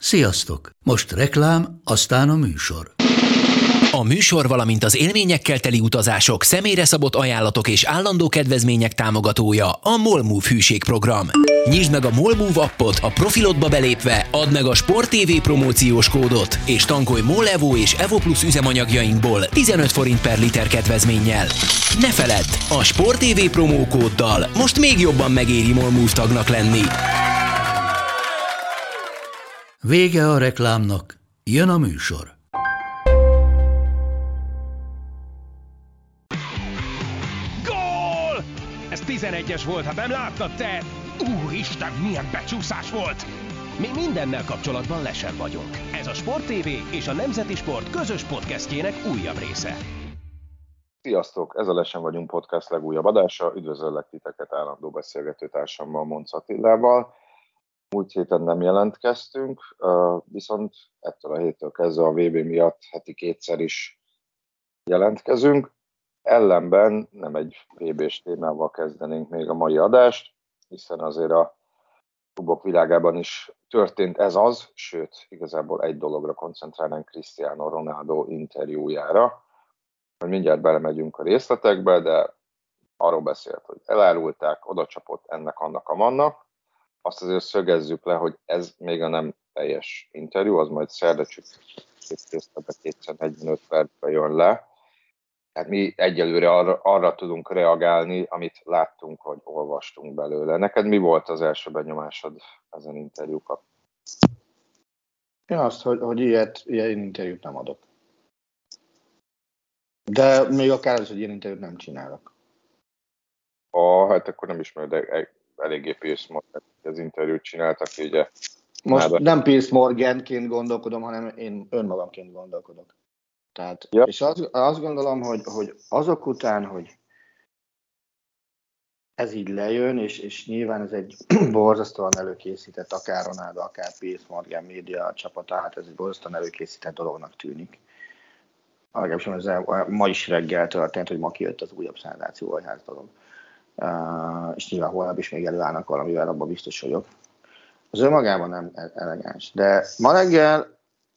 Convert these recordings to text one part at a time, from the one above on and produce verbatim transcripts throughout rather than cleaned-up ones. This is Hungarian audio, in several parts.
Sziasztok! Most reklám, aztán a műsor. A műsor, valamint az élményekkel teli utazások, személyre szabott ajánlatok és állandó kedvezmények támogatója a MOLMOVE hűségprogram. Nyisd meg a MOLMOVE appot, a profilodba belépve add meg a Sport té vé promóciós kódot, és tankolj MOL Evo és Evo Plus üzemanyagjainkból tizenöt forint per liter kedvezménnyel. Ne feledd, a Sport té vé promókóddal most még jobban megéri MOLMOVE tagnak lenni. Vége a reklámnak, jön a műsor. Gól! Ez tizenegyes volt, ha nem láttad te! Úristen, milyen becsúszás volt! Mi mindennel kapcsolatban lesen vagyunk. Ez a Sport té vé és a Nemzeti Sport közös podcastjének újabb része. Sziasztok! Ez a Lesen vagyunk podcast legújabb adása. Üdvözöllek titeket állandó beszélgetőtársammal, Monc Attilával. Múlt héten nem jelentkeztünk, viszont ettől a héttől kezdve a vé bé miatt heti kétszer is jelentkezünk. Ellenben nem egy vé bés témával kezdenénk még a mai adást, hiszen azért a klubok világában is történt ez az, sőt, igazából egy dologra koncentrálnánk, Cristiano Ronaldo interjújára. Mindjárt belemegyünk a részletekbe, de arról beszélt, hogy elárulták, oda csapott ennek, annak, amannak. Azt azért szögezzük le, hogy ez még a nem teljes interjú, az majd szerda csütörtökön kétszáznegyvenöt percben jön le. Tehát mi egyelőre arra, arra tudunk reagálni, amit láttunk, hogy olvastunk belőle. Neked mi volt az első benyomásod ezen interjú kapcsolatban? Én azt, hogy, hogy ilyet, ilyen interjút nem adok. De még akár az, hogy ilyen interjút nem csinálok. Ah, hát akkor nem ismered, de eléggé Piers Morgan az interjút csináltak, ugye. Most Náda. nem Piers Morganként gondolkodom, hanem én önmagamként gondolkodok. Tehát, ja. És azt, azt gondolom, hogy, hogy azok után, hogy ez így lejön, és, és nyilván ez egy borzasztóan előkészített, akár Ronaldo, akár Piers Morgan média csapata, hát ez egy borzasztóan előkészített dolognak tűnik. Legalábbis ez ma is reggel történt, hogy ma kijött az újabb szenzációagyház dolog. Uh, és nyilván holnap is még előállnak valamivel, abban biztos vagyok. Az önmagában nem elegáns. De ma reggel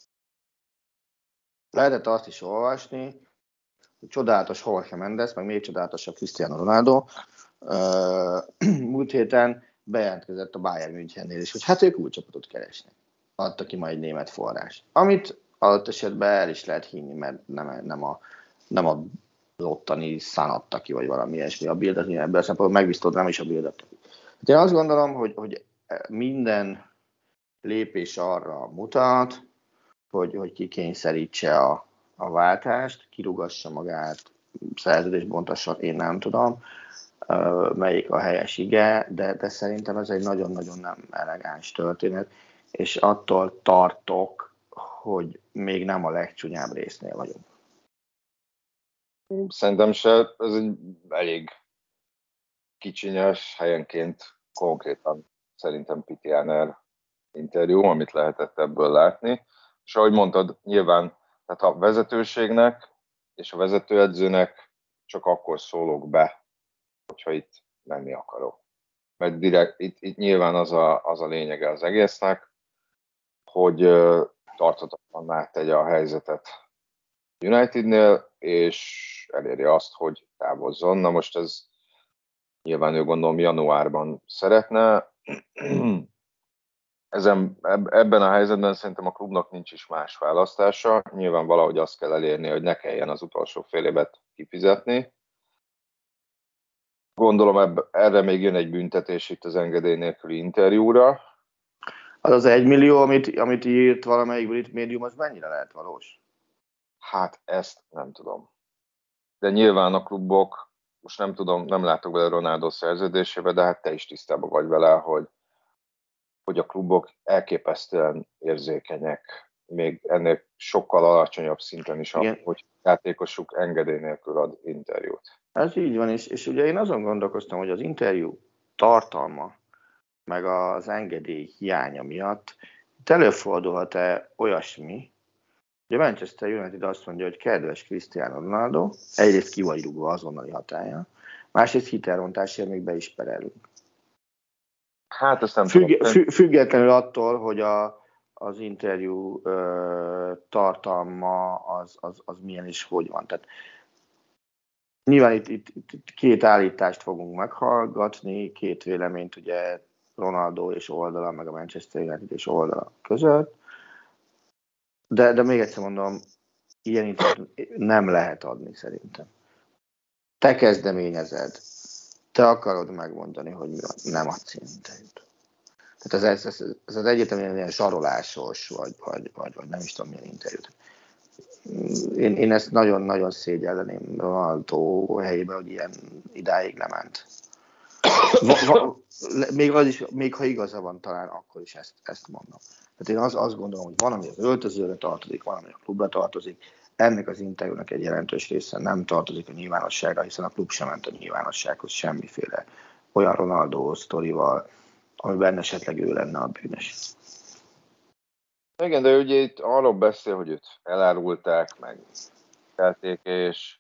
lehetett azt is olvasni, hogy csodálatos Jorge Mendes, meg még csodálatosabb Cristiano Ronaldo uh, múlt héten bejelentkezett a Bayern Münchennél is, hogy hát ők új csapatot keresnek. Adta ki ma egy német forrás. Amit adott esetben el is lehet hinni, mert nem, nem a, nem a az ottani szán adta ki, vagy valami ilyesmi a bildet, ebben a szempontból megbiztos, nem is a bildet. Hát én azt gondolom, hogy, hogy minden lépés arra mutat, hogy, hogy kikényszerítse a, a váltást, kirugassa magát, szerződést bontasson, én nem tudom, melyik a helyes ige, de, de szerintem ez egy nagyon-nagyon nem elegáns történet, és attól tartok, hogy még nem a legcsúnyább résznél vagyunk. Szerintem se, ez egy elég kicsinyes, helyenként konkrétan szerintem Pitiáner interjú, amit lehetett ebből látni. És ahogy mondtad, nyilván, tehát a vezetőségnek és a vezetőedzőnek csak akkor szólok be, hogyha itt menni akarok. Mert direkt, itt, itt nyilván az a, az a lényege az egésznek, hogy uh, tarthatatlanná tegye a helyzetet Unitednél, és elérje azt, hogy távozzon. Na most ez nyilván ő gondolom januárban szeretne. Ezen, ebben a helyzetben szerintem a klubnak nincs is más választása. Nyilván valahogy azt kell elérni, hogy ne kelljen az utolsó fél évet kifizetni. Gondolom ebb, erre még jön egy büntetés itt az engedély nélküli interjúra. Az az egy millió, amit, amit írt valamelyik brit médium, az mennyire lehet valós? Hát ezt nem tudom. De nyilván a klubok, most nem tudom, nem látok bele Ronaldo szerződésébe, de hát te is tisztában vagy vele, hogy, hogy a klubok elképesztően érzékenyek, még ennél sokkal alacsonyabb szinten is, igen, hogy játékosuk engedély nélkül ad interjút. Ez így van, és, és ugye én azon gondolkoztam, hogy az interjú tartalma, meg az engedély hiánya miatt itt előfordulhat-e olyasmi, ugye Manchester United azt mondja, hogy kedves Cristiano Ronaldo, egyrészt ki vagy rúgva azonnali hatállyal, másrészt hitelrontásért még be is perelünk. Hát ezt nem Függ, tudom. Függetlenül attól, hogy a, az interjú ö, tartalma az, az, az milyen és hogy van. Tehát nyilván itt, itt, itt két állítást fogunk meghallgatni, két véleményt ugye Ronaldo és oldala, meg a Manchester United és oldala között, de, de még egyszer mondom, ilyen interjút nem lehet adni szerintem. Te kezdeményezed, te akarod megmondani, hogy mi van, nem adsz ilyen interjút. Tehát ez, ez, ez, ez az egyetemen ilyen zsarolásos, vagy, vagy, vagy, vagy nem is tudom milyen interjút. Én, én ezt nagyon-nagyon szégyelleném Ronaldo helyében, hogy ilyen idáig lement. Va, va, még, az is, még ha igaza van talán, akkor is ezt, ezt mondom. Tehát én az, azt gondolom, hogy van, ami az öltözőre tartozik, van, ami a klubra tartozik. Ennek az interjúnak egy jelentős része nem tartozik a nyilvánosságra, hiszen a klub sem ment a nyilvánossághoz semmiféle olyan Ronaldo sztorival, amiben esetleg ő lenne a bűnös. Igen, de ugye itt arról beszél, hogy őt elárulták, meg telték, és,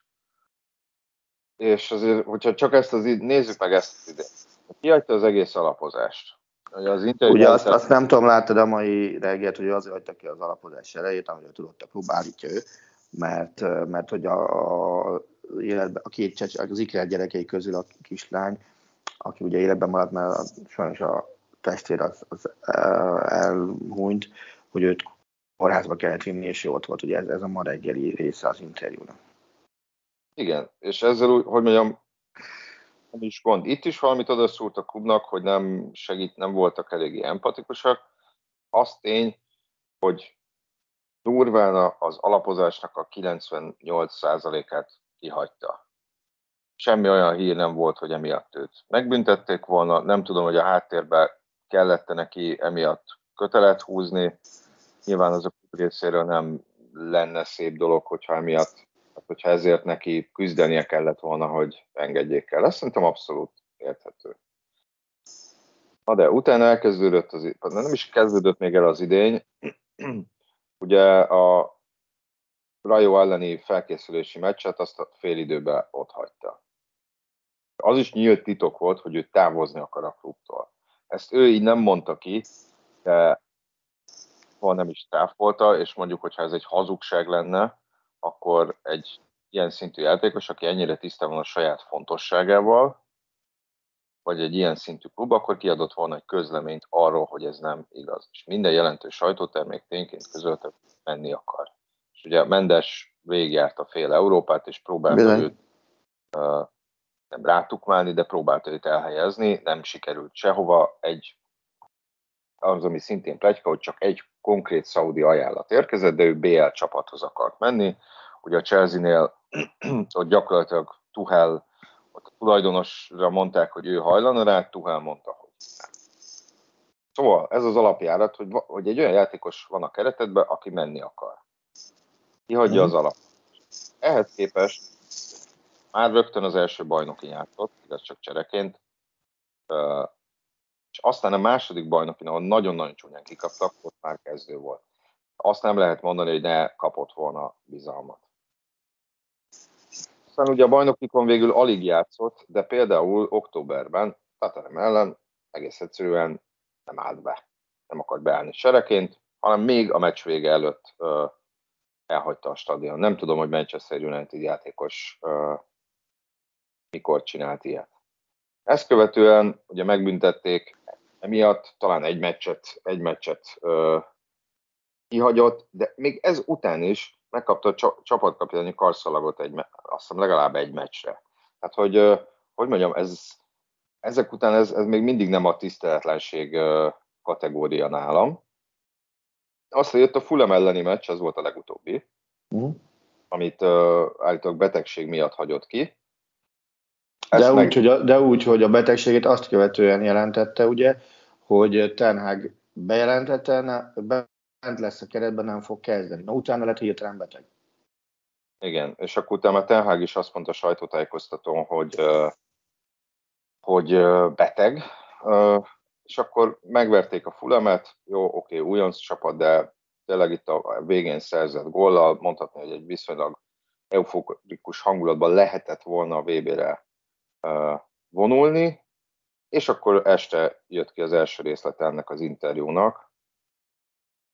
és azért, hogyha csak ezt az id- nézzük meg ezt az idejét. Kihagyta az egész alapozást. Ugye, az ugye azt, azt nem tudom, láttad a mai reggelt, hogy azért hagyta ki az alapozás elejét, amiről tudott a klub, állítja ő, mert, mert hogy a, a, életben, a két csecs, az ikrer gyerekei közül a kislány, aki ugye életben maradt, mert a, sajnos a testvér az, az elhunyt, hogy őt kórházba kellett vinni, és ő ott volt, ugye ez, ez a ma reggeli része az interjúnak. Igen, és ezzel úgy, hogy mondjam, nem is gond. Itt is valamit odaszúrt a klubnak, hogy nem segít, nem voltak eléggé empatikusak. Az tény, hogy durván az alapozásnak a kilencvennyolc százalékát kihagyta. Semmi olyan hír nem volt, hogy emiatt őt megbüntették volna. Nem tudom, hogy a háttérben kellett neki emiatt kötelet húzni. Nyilván az a klub részéről nem lenne szép dolog, hogyha emiatt, hogyha ezért neki küzdenie kellett volna, hogy engedjék el. Ezt szerintem abszolút érthető. Na de utána elkezdődött az, nem is kezdődött még el az idény. Ugye a Rayo elleni felkészülési meccset azt a fél időben ott hagyta. Az is nyílt titok volt, hogy ő távozni akar a klubtól. Ezt ő így nem mondta ki, de ha nem is távolta, és mondjuk, hogyha ez egy hazugság lenne, akkor egy ilyen szintű játékos, aki ennyire tisztában van a saját fontosságával, vagy egy ilyen szintű klub, akkor kiadott volna egy közleményt arról, hogy ez nem igaz. És minden jelentős sajtótermék tényként közölte, hogy menni akar. És ugye Mendes végigjárt a fél Európát, és próbálta Bizony. őt uh, nem rátukmálni, de próbálta őt elhelyezni, nem sikerült sehova. Egy, az, ami szintén pletyka, hogy csak egy konkrét szaudi ajánlat érkezett, de ő bé el csapathoz akart menni. Ugye a Chelsea-nél ott gyakorlatilag Tuchel, ott a tulajdonosra mondták, hogy ő hajlana rá, Tuchel mondta, hogy nem. Szóval ez az alapjárat, hogy, hogy egy olyan játékos van a keretedben, aki menni akar. Kihagyja az alap. Ehhez képest már rögtön az első bajnokin játszott, igaz csak csereként, és aztán a második bajnokin, ahol nagyon-nagyon csúnyán kikaptak, ott már kezdő volt. Azt nem lehet mondani, hogy ne kapott volna bizalmat. Aztán ugye a bajnokikon végül alig játszott, de például októberben Tottenham ellen egész egyszerűen nem állt be. Nem akart beállni sereként, hanem még a meccs vége előtt uh, elhagyta a stadion. Nem tudom, hogy Manchester United játékos uh, mikor csinált ilyet. Ezt követően ugye megbüntették, emiatt talán egy meccset, egy meccset uh, kihagyott, de még ez után is megkapta a csapatkapitányi karszalagot egy, azt hiszem legalább egy meccsre. Tehát, hogy, uh, hogy mondjam, ez, ezek után ez, ez még mindig nem a tiszteletlenség uh, kategória nálam. Aztán jött a Fulham elleni meccs, az volt a legutóbbi, uh. amit uh, állítólag betegség miatt hagyott ki. De úgy, meg... hogy a, de úgy, hogy a betegségét azt követően jelentette, ugye, hogy Ten Hag bejelentette, bent lesz a keretben, nem fog kezdeni. Na, utána lett hirtelen beteg. Igen, és akkor utána Ten Hag is azt mondta a sajtótájékoztatón, hogy, uh, hogy uh, beteg, uh, és akkor megverték a Fulhamet, jó, oké, újonc csapat, de tényleg itt a végén szerzett góllal, mondhatni, hogy egy viszonylag euforikus hangulatban lehetett volna a vé bére uh, vonulni, és akkor este jött ki az első részlet ennek az interjúnak,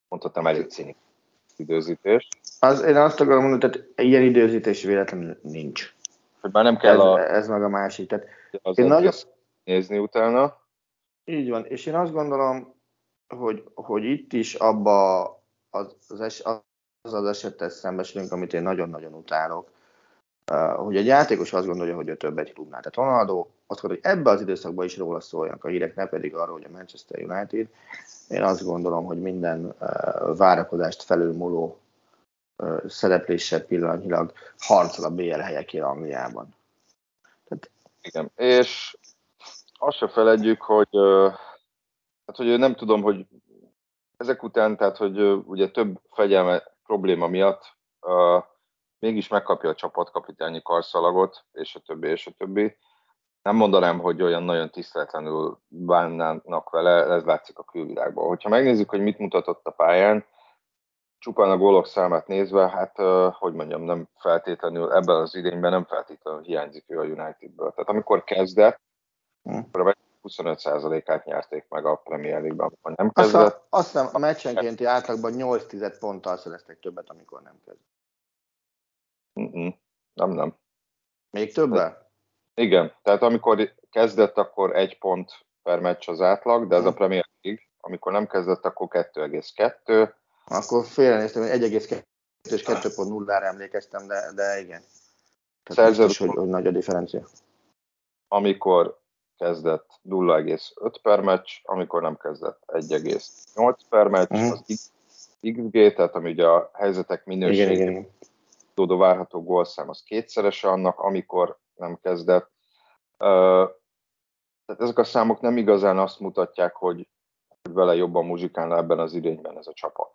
mondhatnám elég cínikus időzítés. Az, én azt akarom mondani, tehát ilyen időzítés véletlenül nincs. Hogy már nem kell ez, a, ez meg a másik. Tehát az én nagyon... nézni utána. Így van, és én azt gondolom, hogy, hogy itt is abba az az, es, az, az esettel szembesülünk, amit én nagyon-nagyon utálok, hogy egy játékos azt gondolja, hogy ő több egy klubnál. Tehát Ronaldo azt gondolja, hogy ebbe az időszakban is róla szóljanak a hírek, ne pedig arról, hogy a Manchester United. Én azt gondolom, hogy minden uh, várakozást felülmúló uh, szerepléssel pillanatnyilag harcol a bé el helyekért Angliában. Tehát... Igen, és azt se feledjük, hogy, uh, hát, hogy nem tudom, hogy ezek után, tehát hogy uh, ugye több fegyelme probléma miatt uh, mégis megkapja a csapatkapitányi karszalagot, és a többi, és a többi. Nem mondanám, hogy olyan nagyon tiszteletlenül bánnának vele, ez látszik a külvilágban. Hogyha megnézzük, hogy mit mutatott a pályán, csupán a gólok számát nézve, hát, hogy mondjam, nem feltétlenül, ebben az idényben nem feltétlenül hiányzik ő a Unitedből. Tehát amikor kezdett, akkor a huszonöt százalékát nyerték meg a Premier League-ben, amikor nem kezdett. Azt hiszem, a meccsenkénti átlagban nyolc tized ponttal szereztek többet, amikor nem kezdett. Mm-mm. Nem, nem. Még többel? Igen, tehát amikor kezdett, akkor egy pont per meccs az átlag, de ez a Premier League, amikor nem kezdett, akkor kettő egész kettő. Akkor félrenéztem, hogy egy egész kettő és kettő pont nullára emlékeztem, de, de igen. Tehát Szerzett, biztos, hogy, hogy nagy a differencia. Amikor kezdett nulla egész öt per meccs, amikor nem kezdett egy egész nyolc per meccs, uh-huh. Az iksz gé, tehát ami ugye a helyzetek minőségét, tudó várható gólszám, az kétszerese annak, amikor nem kezdett. Uh, tehát ezek a számok nem igazán azt mutatják, hogy, hogy vele jobban muzsikálna ebben az idényben ez a csapat.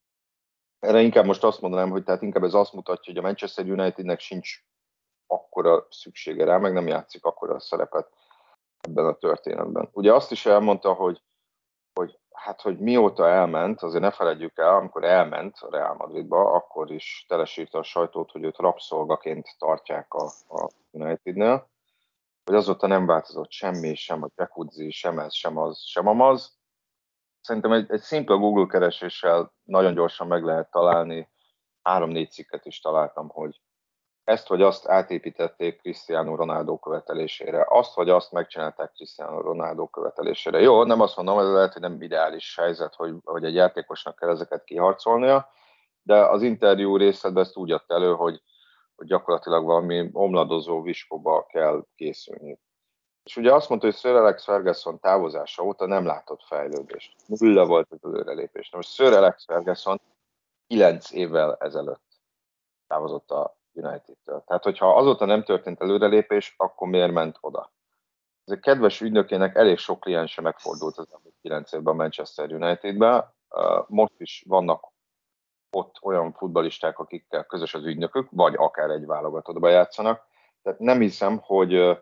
Erre inkább most azt mondanám, hogy tehát inkább ez azt mutatja, hogy a Manchester Unitednek sincs akkora szüksége rá, meg nem játszik akkora szerepet ebben a történetben. Ugye azt is elmondta, hogy, hogy, hát, hogy mióta elment, azért ne feledjük el, amikor elment a Real Madridba, akkor is telesírta a sajtót, hogy őt rabszolgaként tartják a, a Unitednél, hogy azóta nem változott semmi, sem a Jacuzzi, sem ez, sem az, sem amaz. Szerintem egy, egy szimpla Google kereséssel nagyon gyorsan meg lehet találni, három-négy cikket is találtam, hogy ezt vagy azt átépítették Cristiano Ronaldo követelésére, azt vagy azt megcsinálták Cristiano Ronaldo követelésére. Jó, nem azt mondom, hogy lehet, hogy nem ideális helyzet, hogy, hogy egy játékosnak kell ezeket kiharcolnia, de az interjú részletben ezt úgy adta elő, hogy, hogy gyakorlatilag valami omladozó viskóba kell készülni. És ugye azt mondta, hogy Sir Alex Ferguson távozása óta nem látott fejlődést. Nulla volt az előrelépés. Most Sir Alex Ferguson kilenc évvel ezelőtt távozott a United-től. Tehát, hogyha azóta nem történt előrelépés, akkor miért ment oda? Ez egy kedves ügynökének elég sok kliense megfordult az elmúlt kilenc évben a Manchester United-ben. Most is vannak ott olyan futballisták, akikkel közös az ügynökük, vagy akár egy válogatottba játszanak. Tehát nem hiszem, hogy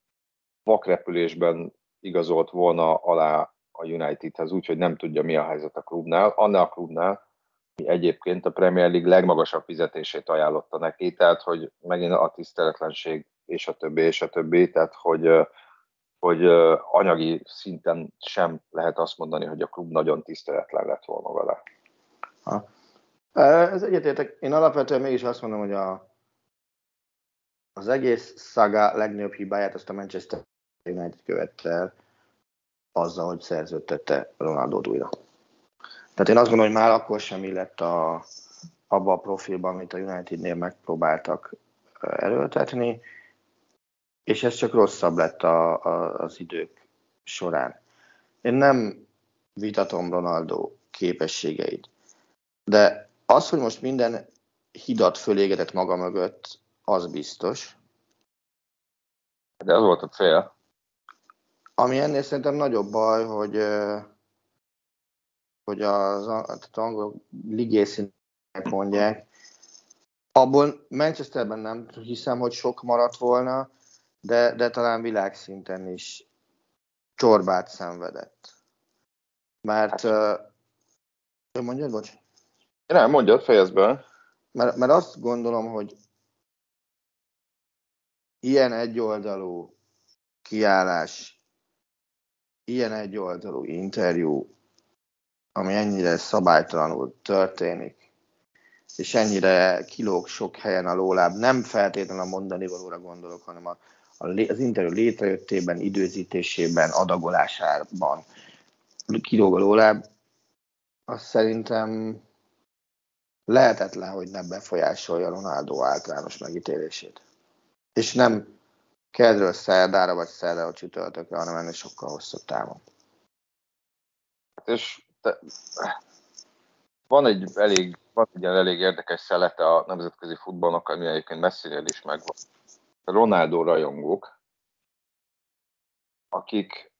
vakrepülésben igazolt volna alá a Unitedhez, úgyhogy nem tudja, mi a helyzet a klubnál. Annál a klubnál, mi egyébként a Premier League legmagasabb fizetését ajánlotta neki, tehát hogy megint a tiszteletlenség és a többi, és a többi, tehát hogy, hogy anyagi szinten sem lehet azt mondani, hogy a klub nagyon tiszteletlen lett volna vele. Ha. Ez egyetértek. Én alapvetően mégis azt mondom, hogy a, az egész szaga legnagyobb hibáját azt a Manchester United követte el azzal, hogy szerződtette Ronaldót újra. Tehát én azt gondolom, hogy már akkor sem illett a, abba a profilban, amit a Unitednél megpróbáltak erőltetni, és ez csak rosszabb lett a, a, az idők során. Én nem vitatom Ronaldo képességeit, de az, hogy most minden hidat fölégetett maga mögött, az biztos. De ez volt a cél. Ami ennél szerintem nagyobb baj, hogy, hogy az, az angol ligészinek mondják, abból Manchesterben nem hiszem, hogy sok maradt volna, de, de talán világszinten is csorbát szenvedett. Mert... Hát. Uh, mondjad, bocs? Nem, mondjad, fejezd be. Mert, mert azt gondolom, hogy ilyen egyoldalú kiállás, ilyen egyoldalú interjú ami ennyire szabálytalanul történik, és ennyire kilóg sok helyen a lóláb, nem feltétlenül a mondani valóra gondolok, hanem a, a, az interjú létrejöttében, időzítésében, adagolásában kilóg a lóláb, azt szerintem lehetetlen, hogy ne befolyásolja Ronaldo általános megítélését. És nem kedről szerdára, vagy szerdára csütörtökre, hanem ennél sokkal hosszabb távon. És te, van egy elég, van egy elég érdekes szelete a nemzetközi futballnak, ami egyébként messziről is megvan. A Ronaldo rajongók, akik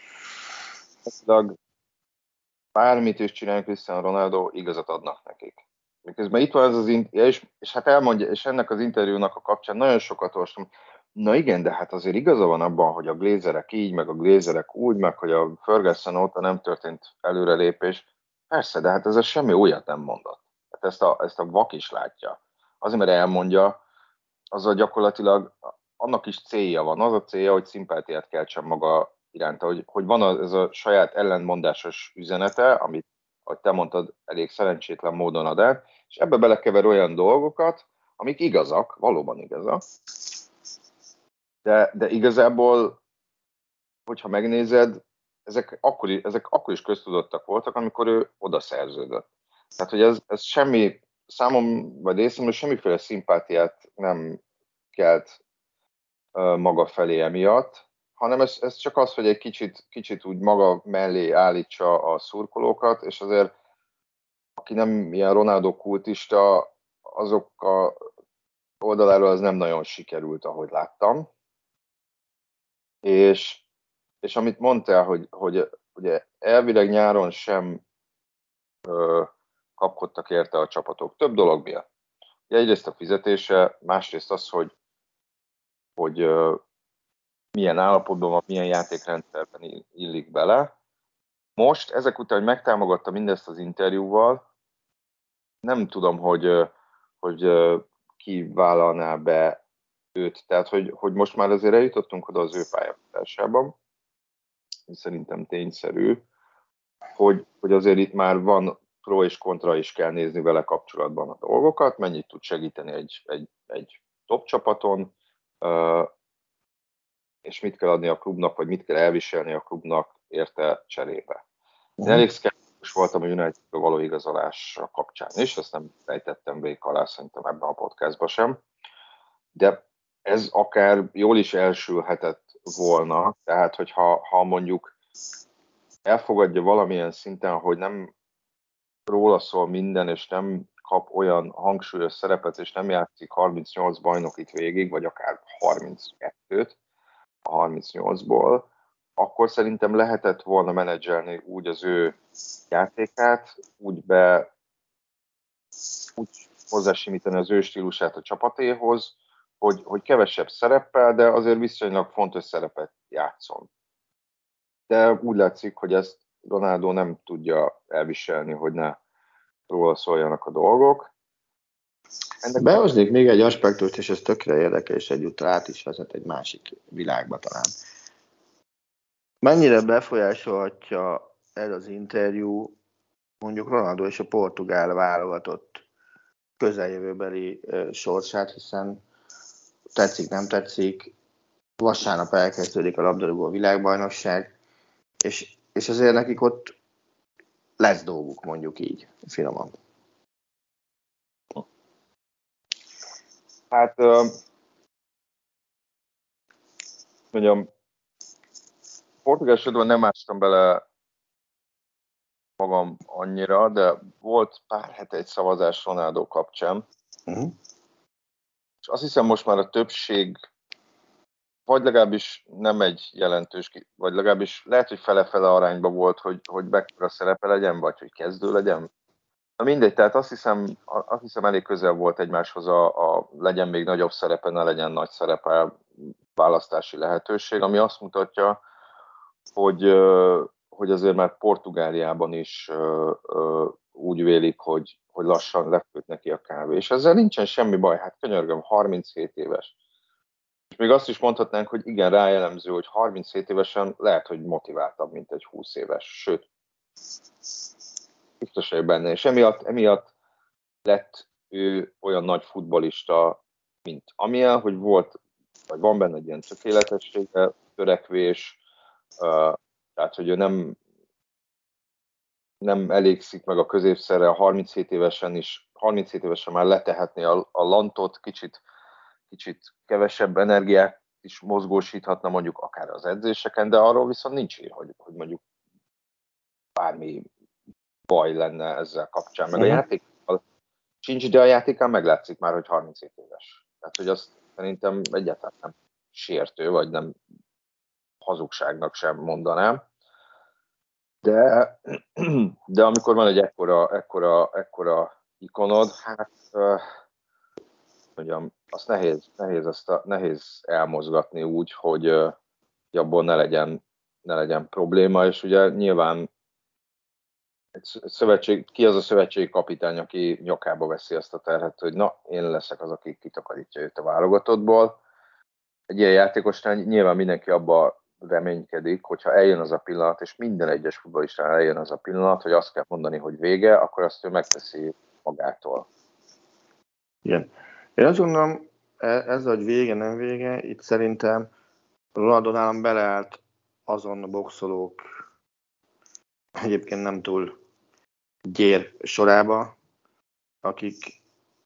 bármit is csinálják Cristiano Ronaldo, igazat adnak nekik. Miközben itt van ez az interjú, és, és hát elmondja, és ennek az interjúnak a kapcsán nagyon sokat olvastam, na igen, de hát azért igaza van abban, hogy a Glazerek így, meg a Glazerek úgy, meg hogy a Ferguson óta nem történt előrelépés. Persze, de hát ez semmi olyat nem mondott. Hát ezt a, ezt a vak is látja. Azért, mert elmondja, azzal gyakorlatilag annak is célja van. Az a célja, hogy szimpátiát keltsen maga iránta, hogy, hogy van a, ez a saját ellentmondásos üzenete, amit, ahogy te mondtad, elég szerencsétlen módon ad el, és ebbe belekever olyan dolgokat, amik igazak, valóban igazak, de, de igazából, hogyha megnézed, ezek akkor, ezek akkor is köztudottak voltak, amikor ő oda szerződött. Tehát, hogy ez, ez semmi, számom, vagy részemről semmiféle szimpátiát nem kelt uh, maga felé emiatt, hanem ez, ez csak az, hogy egy kicsit, kicsit úgy maga mellé állítsa a szurkolókat, és azért, aki nem ilyen Ronaldo kultista, azok a oldaláról az nem nagyon sikerült, ahogy láttam. És, és amit mondtál, hogy, hogy ugye elvileg nyáron sem ö, kapkodtak érte a csapatok. Több dolog miatt. Egyrészt a fizetése, másrészt az, hogy, hogy ö, milyen állapotban van, milyen játékrendszerben illik bele. Most, ezek után, hogy megtámogatta mindezt az interjúval, nem tudom, hogy, hogy ki vállalná be őt. Tehát, hogy, hogy most már azért eljutottunk oda az ő pályafutásában, szerintem tényszerű, hogy, hogy azért itt már van pro és kontra, is kell nézni vele kapcsolatban a dolgokat, mennyit tud segíteni egy, egy, egy top csapaton, és mit kell adni a klubnak, vagy mit kell elviselni a klubnak érte cserébe. Én elég szkeptikus voltam a United-ből való igazolásra kapcsán is, ezt nem fejtettem vék alá szerintem ebben a podcastban sem, de ez akár jól is elsülhetett volna, tehát hogyha ha mondjuk elfogadja valamilyen szinten, hogy nem róla szól minden, és nem kap olyan hangsúlyos szerepet, és nem játszik harmincnyolc bajnokit végig, vagy akár harminckettőt a harmincnyolcból, akkor szerintem lehetett volna menedzselni úgy az ő játékát, úgy be úgy hozzásimítani az ő stílusát a csapatéhoz, hogy, hogy kevesebb szereppel, de azért viszonylag fontos szerepet játszon. De úgy látszik, hogy ezt Ronaldo nem tudja elviselni, hogy ne róla szóljanak a dolgok. Ennek behoznék még egy aspektust, és ez tökre érdekes, egyúttal át is vezet egy másik világba talán. Mennyire befolyásolhatja ez az interjú mondjuk Ronaldo és a portugál válogatott közeljövőbeli sorsát, hiszen tetszik, nem tetszik, vasárnap elkezdődik a labdarúgó világbajnokság, és, és azért nekik ott lesz dolguk, mondjuk így, finoman. Hát, uh, mondjam, portugál sodban nem ástam bele magam annyira, de volt pár hete egy szavazás Ronaldo kapcsán, uh-huh. és azt hiszem most már a többség, vagy legalábbis nem egy jelentős, vagy legalábbis lehet, hogy fele-fele arányban volt, hogy, hogy mekkora szerepe legyen, vagy hogy kezdő legyen. Na mindegy, tehát azt hiszem, azt hiszem elég közel volt egymáshoz a, a legyen még nagyobb szerepe, ne legyen nagy szerepe választási lehetőség, ami azt mutatja, hogy, hogy azért már Portugáliában is úgy vélik, hogy, hogy lassan lefőtt neki a kávé. És ezzel nincsen semmi baj, hát könyörgöm, harminchét éves. És még azt is mondhatnánk, hogy igen, rájellemző, hogy harminchét évesen lehet, hogy motiváltabb, mint egy húsz éves. Sőt, Biztos vagyok benne, és emiatt, emiatt lett ő olyan nagy futballista, mint amilyen, hogy volt, vagy van benne egy ilyen tökéletessége, törekvés, uh, tehát, hogy ő nem, nem elégszik meg a középszerre, a harminchét évesen is, harminchét évesen már letehetné a, a lantot, kicsit, kicsit kevesebb energiát is mozgósíthatna mondjuk akár az edzéseken, de arról viszont nincs ír, hogy, hogy mondjuk bármi baj lenne ezzel kapcsán. Meg a játékkal sincs, de a játékán meglátszik már, hogy harminchét éves. Tehát, hogy azt szerintem egyáltalán nem sértő, vagy nem hazugságnak sem mondanám. De, de amikor van egy ekkora, ekkora, ekkora ikonod, hát uh, mondjam, azt nehéz, nehéz, azt a, nehéz elmozgatni úgy, hogy, uh, hogy abból ne legyen, ne legyen probléma, és ugye nyilván egy szövetség, ki az a szövetségi kapitány, aki nyakába veszi azt a terhet, hogy na, én leszek az, aki kitakarítja őt a válogatottból. Egy ilyen játékosnál nyilván mindenki abba reménykedik, hogyha eljön az a pillanat, és minden egyes futballistán eljön az a pillanat, hogy azt kell mondani, hogy vége, akkor azt ő megteszi magától. Igen. Én azt gondolom, ez, hogy vége, nem vége, itt szerintem Ronaldo nálam beleállt azon a boxolók egyébként nem túl gyér sorába, akik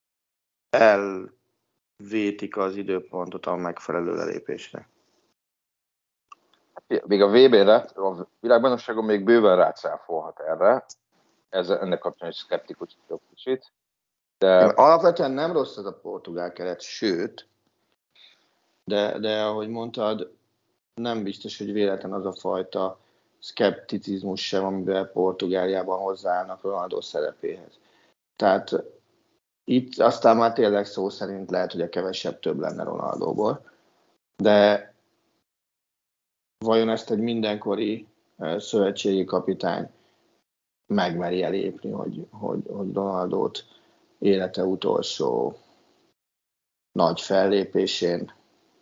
elvétik az időpontot a megfelelő lelépésre. Még a vé bé-re, a világbajnokságon még bőven rácáfolhat erre. Ez, ennek kapcsán is szkeptikus vagyok kicsit. De... Alapvetően nem rossz ez a portugál keret, sőt, de, de ahogy mondtad, nem biztos, hogy véletlen az a fajta szkepticizmus sem, amivel Portugáliában hozzáállnak Ronaldo szerepéhez. Tehát itt aztán már tényleg szó szerint lehet, hogy a kevesebb több lenne Ronaldóból, de vajon ezt egy mindenkori szövetségi kapitány megmeri elépni, hogy, hogy, hogy Ronaldót élete utolsó nagy fellépésén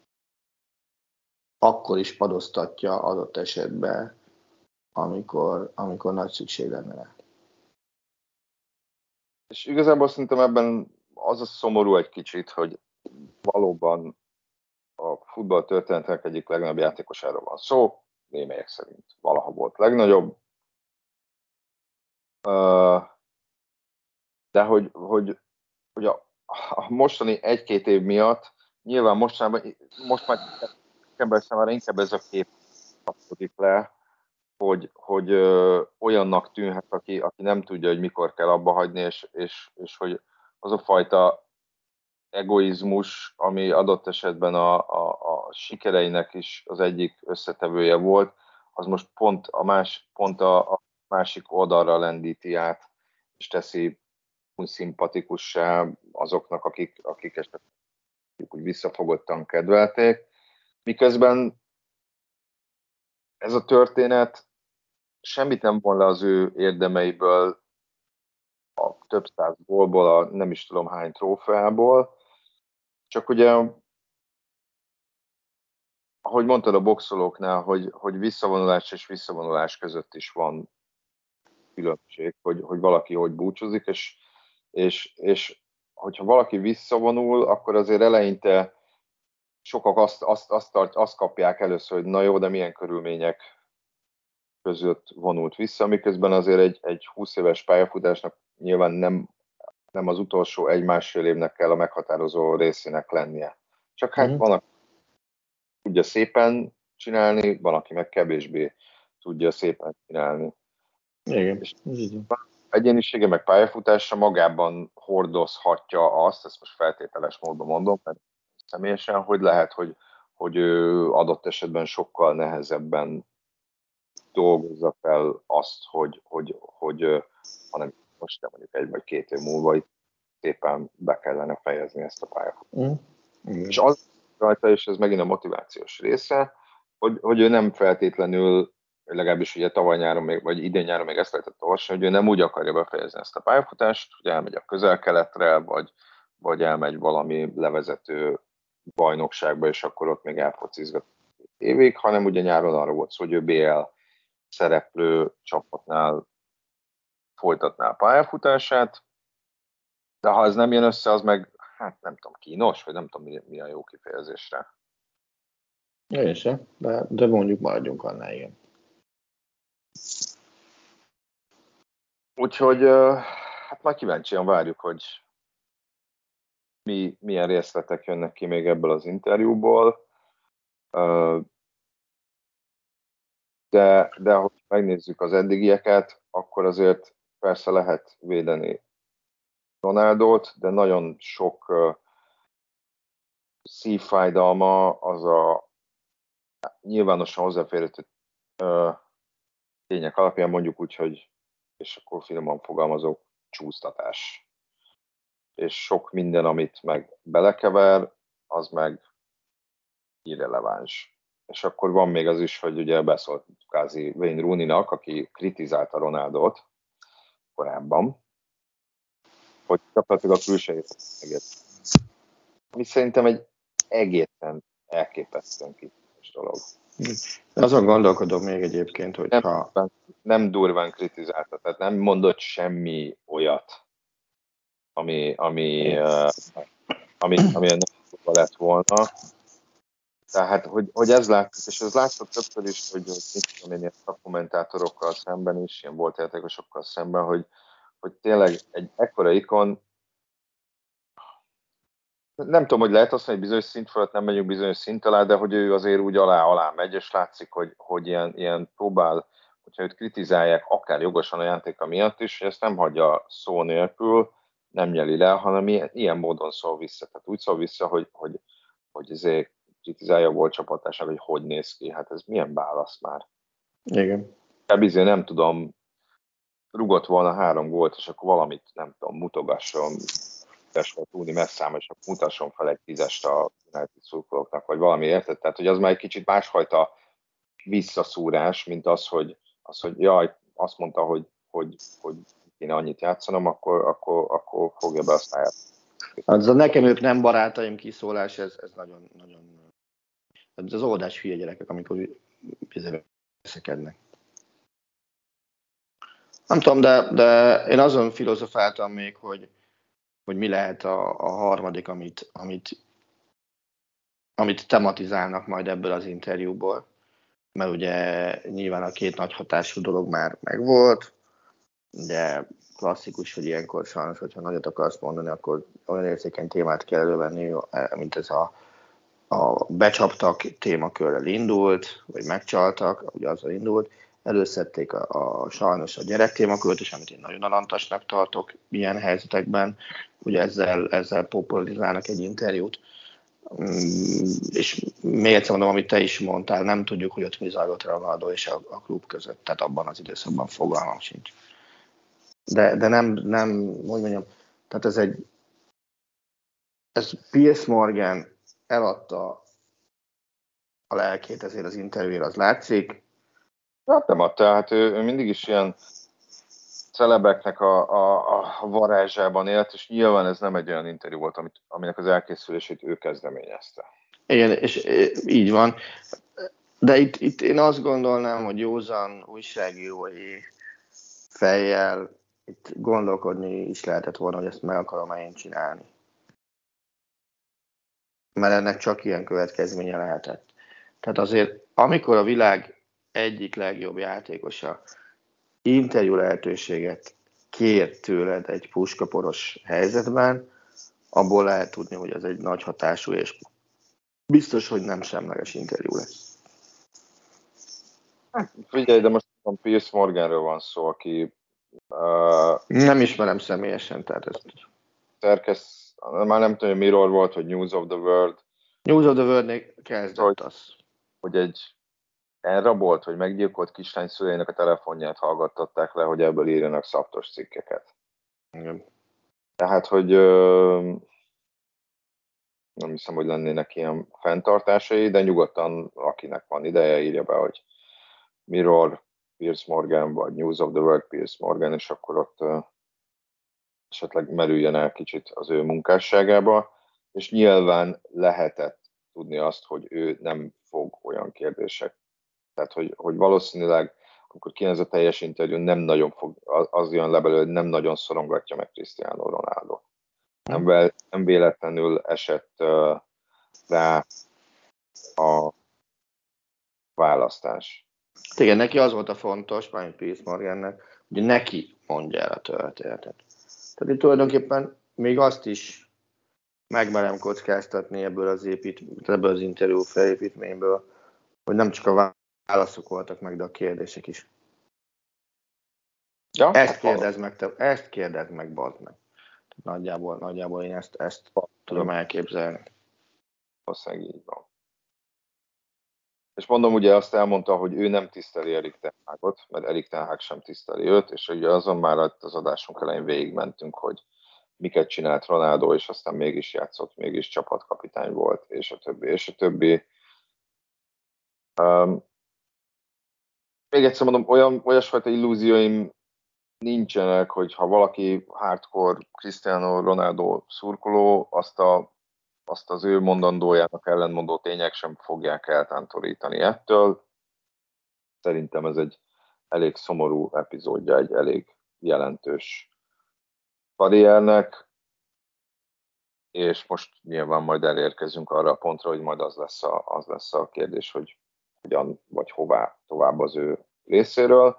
akkor is padoztatja adott esetben, amikor, amikor nagy szükség lenne rá. És igazából szerintem ebben az a szomorú egy kicsit, hogy valóban a futball történetek egyik legnagyobb játékosáról van szó, némelyek szerint valaha volt legnagyobb. De hogy, hogy, hogy a, a mostani egy-két év miatt nyilván mostanában, most már ember számára inkább ez a kép kapcsolódik le, hogy, hogy ö, olyannak tűnhet, aki, aki nem tudja, hogy mikor kell abba hagyni, és, és, és hogy az a fajta egoizmus, ami adott esetben a, a, a sikereinek is az egyik összetevője volt, az most pont a, más, pont a, a másik oldalra lendíti át, és teszi úgy szimpatikussá azoknak, akik, akik esetleg úgy visszafogottan kedvelték. Miközben ez a történet semmit nem von le az ő érdemeiből, a több száz gólból, a nem is tudom hány trófeából, csak ugye, ahogy mondtad a boxolóknál, hogy, hogy visszavonulás és visszavonulás között is van különbség, hogy, hogy valaki hogy búcsúzik, és, és, és hogyha valaki visszavonul, akkor azért eleinte sokak azt, azt, azt, tart, azt kapják először, hogy na jó, de milyen körülmények között vonult vissza, miközben azért egy, egy húsz éves pályafutásnak nyilván nem, nem az utolsó egy-másfél évnek kell a meghatározó részének lennie. Csak hát mm. van, aki tudja szépen csinálni, van, aki meg kevésbé tudja szépen csinálni. Igen, és egyénisége meg pályafutása magában hordozhatja azt, ezt most feltételes módon mondom, mert személyesen, hogy lehet, hogy, hogy ő adott esetben sokkal nehezebben dolgozza fel azt, hogy, hogy, hogy hanem most nem mondjuk egy vagy két év múlva itt szépen be kellene fejezni ezt a pályafutást. Mm. És az rajta, és ez megint a motivációs része, hogy, hogy ő nem feltétlenül, legalábbis ugye tavaly nyáron, még, vagy idén nyáron még ezt lehetett olvasni, hogy ő nem úgy akarja befejezni ezt a pályafutást, hogy elmegy a Közel-Keletre, vagy, vagy elmegy valami levezető bajnokságba, és akkor ott még elfocizgat évig, hanem ugye nyáron arra volt szó, hogy ő bé el szereplő csapatnál folytatná a pályafutását, de ha ez nem jön össze, az meg, hát nem tudom, kínos, vagy nem tudom, mi, mi a jó kifejezésre. Én sem, de, de mondjuk maradjunk annál, igen. Úgyhogy hát már kíváncsian várjuk, hogy mi, milyen részletek jönnek ki még ebből az interjúból. De, de ha megnézzük az eddigieket, akkor azért persze lehet védeni Ronaldót, de nagyon sok uh, szívfájdalma az a nyilvánosan hozzáférhető uh, tények alapján mondjuk úgy, hogy, és akkor finoman fogalmazok, csúsztatás. És sok minden, amit meg belekever, az meg irreleváns. És akkor van még az is, hogy ugye beszólt kázi Wayne Rooney-nak, aki kritizálta Ronaldot korábban, hogy gyakorlatilag a külsejét ami szerintem egy egészen elképesztően kicsit dolog. Azon gondolkodom még egyébként, hogy nem, ha... Nem durván kritizálta, tehát nem mondott semmi olyat, ami, ami, uh, ami, ami nem lett volna. Tehát, hogy, hogy ez látszik, és ez látszott többször is, hogy, hogy mit tudom én, ilyen szakkommentátorokkal szemben is, ilyen volt játékosokkal szemben, hogy, hogy tényleg egy ekkora ikon, nem tudom, hogy lehet azt mondani, hogy bizonyos szint fölött nem megyünk bizonyos szint alá, de hogy ő azért úgy alá-alá megy, és látszik, hogy, hogy ilyen, ilyen próbál, hogyha őt kritizálják, akár jogosan a játéka miatt is, hogy ezt nem hagyja szó nélkül, nem nyeli le, hanem ilyen, ilyen módon szól vissza. Tehát úgy szól vissza, hogy, hogy, hogy ezért kritizálja a volt csapatásnak, hogy hogy néz ki. Hát ez milyen válasz már? Igen. Bizony nem tudom, rugott volna három gólt, és akkor valamit, nem tudom, mutogasson, testre túlni messzám, és akkor mutasson fel egy tízest a United szurkolóknak, vagy valami, érted? Tehát, hogy az már egy kicsit másfajta visszaszúrás, mint az, hogy, az, hogy jaj, azt mondta, hogy, hogy, hogy kéne annyit játszanom, akkor, akkor, akkor fogja be a száját. Az a nekem ők nem barátaim kiszólás, ez, ez nagyon, nagyon... Ez az oldás hülye gyerekek, amikor veszekednek. Nem tudom, de, de én azon filozofáltam még, hogy, hogy mi lehet a, a harmadik, amit, amit, amit tematizálnak majd ebből az interjúból. Mert ugye nyilván a két nagy hatású dolog már megvolt, de klasszikus, hogy ilyenkor sajnos, hogyha nagyot akarsz mondani, akkor olyan érzékeny témát kell elővenni, mint ez a, a becsaptak témakörrel indult, vagy megcsaltak, ugye azzal indult. Előszedték a, a sajnos a gyerek témakört is, amit én nagyon alantasnak tartok ilyen helyzetekben. Ugye ezzel, ezzel popularizálnak egy interjút. És még egyszer mondom, amit te is mondtál, nem tudjuk, hogy ott mi zajlott Ronaldo és a, a klub között, tehát abban az időszakban fogalmam sincs. De, de nem, nem, hogy mondjam, tehát ez egy, ez Piers Morgan eladta a lelkét ezért az interjúért, az látszik. Hát nem adta, hát ő, ő mindig is ilyen celebeknek a, a, a varázsában élt, és nyilván ez nem egy olyan interjú volt, amit, aminek az elkészülését ő kezdeményezte. Igen, és így van. De itt, itt én azt gondolnám, hogy józan újságírói fejjel itt gondolkodni is lehetett volna, hogy ezt meg akarom én csinálni. Mert ennek csak ilyen következménye lehetett. Tehát azért, amikor a világ egyik legjobb játékosa interjú lehetőséget kér tőled egy puskaporos helyzetben, abból lehet tudni, hogy ez egy nagy hatású, és biztos, hogy nem semleges interjú lesz. Figyelj, de most a Piers Morganről van szó, aki... Uh, nem ismerem személyesen, tehát ezt... Szerkesz, már nem tudom, Mirror volt, vagy News of the World. News of the World-nél kezdett hogy, az. Hogy egy elrabolt, vagy meggyilkolt kislány szüleinek a telefonját hallgattatták le, hogy ebből írjanak szaptos cikkeket. Igen. Tehát, hogy ö, nem hiszem, hogy lennének ilyen fenntartásai, de nyugodtan, akinek van ideje, írja be, hogy Mirror, Piers Morgan, vagy News of the World, Piers Morgan, és akkor ott ö, esetleg merüljen el kicsit az ő munkásságába, és nyilván lehetett tudni azt, hogy ő nem fog olyan kérdések. Tehát, hogy, hogy valószínűleg amikor kijön ez a teljes interjú, nem nagyon fog, az jön le belőle, hogy nem nagyon szorongatja meg Cristiano Ronaldo. Nem, vel, nem véletlenül esett uh, rá a választás. Igen, neki az volt a fontos, mármint Piers Morgannek, hogy neki mondja el a történetet. Tehát itt tulajdonképpen még azt is megmerem kockáztatni ebből az, épít, ebből az interjú felépítményből, hogy nem csak a válaszok voltak meg, de a kérdések is. Ja, ezt kérdezd meg, te, ezt kérdezd meg, bazd meg. Nagyjából, nagyjából én ezt, ezt tudom elképzelni. Valószínűleg így van. És mondom, ugye azt elmondta, hogy ő nem tiszteli Erik ten Hagot, mert Erik ten Hag sem tiszteli őt, és ugye azon már az adásunk elején végigmentünk, hogy miket csinált Ronaldo, és aztán mégis játszott, mégis csapatkapitány volt, és a többi, és a többi. Um, még egyszer mondom, olyan, olyasfajta illúzióim nincsenek, hogy ha valaki hardcore Cristiano Ronaldo szurkoló, azt, a, azt az ő mondandójának ellenmondó tények sem fogják eltántorítani ettől. Szerintem ez egy elég szomorú epizódja egy elég jelentős karriernek, és most nyilván majd elérkezünk arra a pontra, hogy majd az lesz a, az lesz a kérdés, hogy hogyan vagy hová tovább az ő részéről.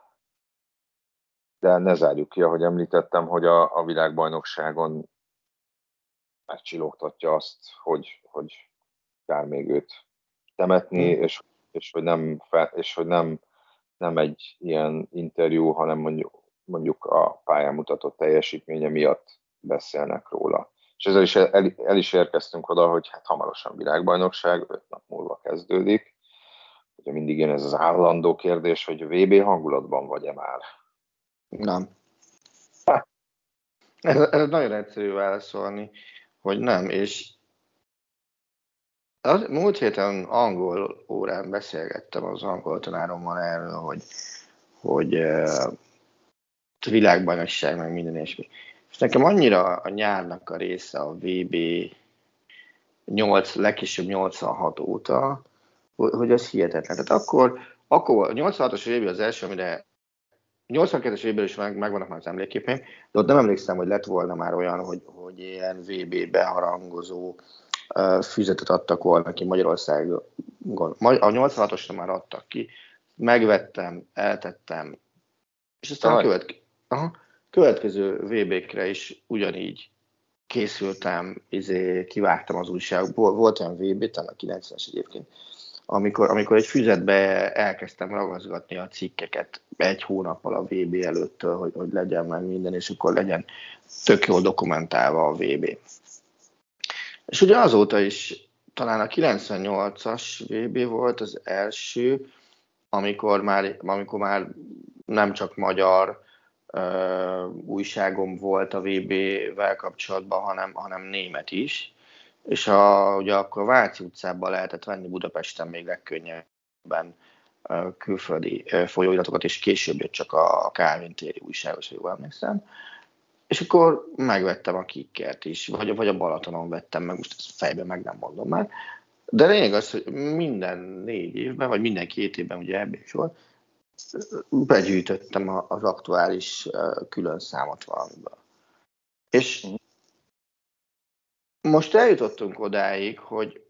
De ne zárjuk ki, ahogy említettem, hogy a, a világbajnokságon megcsillogtatja azt, hogy, hogy kár még őt temetni, mm. és, és hogy, nem, és hogy nem, nem egy ilyen interjú, hanem mondjuk, mondjuk a pályán mutatott teljesítménye miatt beszélnek róla. És ezzel is el, el is érkeztünk oda, hogy hát hamarosan világbajnokság, öt nap múlva kezdődik. Ugye mindig jön ez az állandó kérdés, hogy vé bé hangulatban vagy-e már? Nem. Ez, ez nagyon egyszerű válaszolni, hogy nem, és az, múlt héten angol órán beszélgettem az angol tanárommal erről, hogy, hogy uh, világbajnokság, meg minden és mi. És nekem annyira a nyárnak a része a vé bé nyolc, legkisebb nyolcvanhat óta, hogy ez hihetetlen. Tehát akkor, akkor a nyolcvanhatos vé bé az első, amire nyolcvankettes évből is meg, megvannak már az emlékképeim, de ott nem emlékszem, hogy lett volna már olyan, hogy, hogy ilyen vé bé beharangozó uh, füzetet adtak volna ki Magyarországon. A nyolcvanhatosra már adtak ki, megvettem, eltettem, és aztán a következő, aha, következő vé békre is ugyanígy készültem, izé, kivágtam az újságból. Volt olyan vé bé, talán a kilencvenes egyébként, Amikor, amikor egy füzetbe elkezdtem ragaszgatni a cikkeket egy hónappal a vé bé előttől, hogy, hogy legyen meg minden, és akkor legyen tök jól dokumentálva a vé bé. És ugye azóta is talán a kilencvennyolcas vé bé volt az első, amikor már, amikor már nem csak magyar uh, újságom volt a vé bével kapcsolatban, hanem, hanem német is. És a, ugye akkor a Váci utcában lehetett venni Budapesten még legkönnyebben uh, külföldi uh, folyóiratokat, és később jött csak a Kálvin téri újságos, ha jól emlékszem. És akkor megvettem a Kickert is, vagy, vagy a Balatonon vettem meg, most ezt fejben meg nem mondom már. De lényeg az, hogy minden négy évben, vagy minden két évben, ugye ebben is volt, begyűjtöttem az aktuális uh, külön számot valamiből. És most eljutottunk odáig, hogy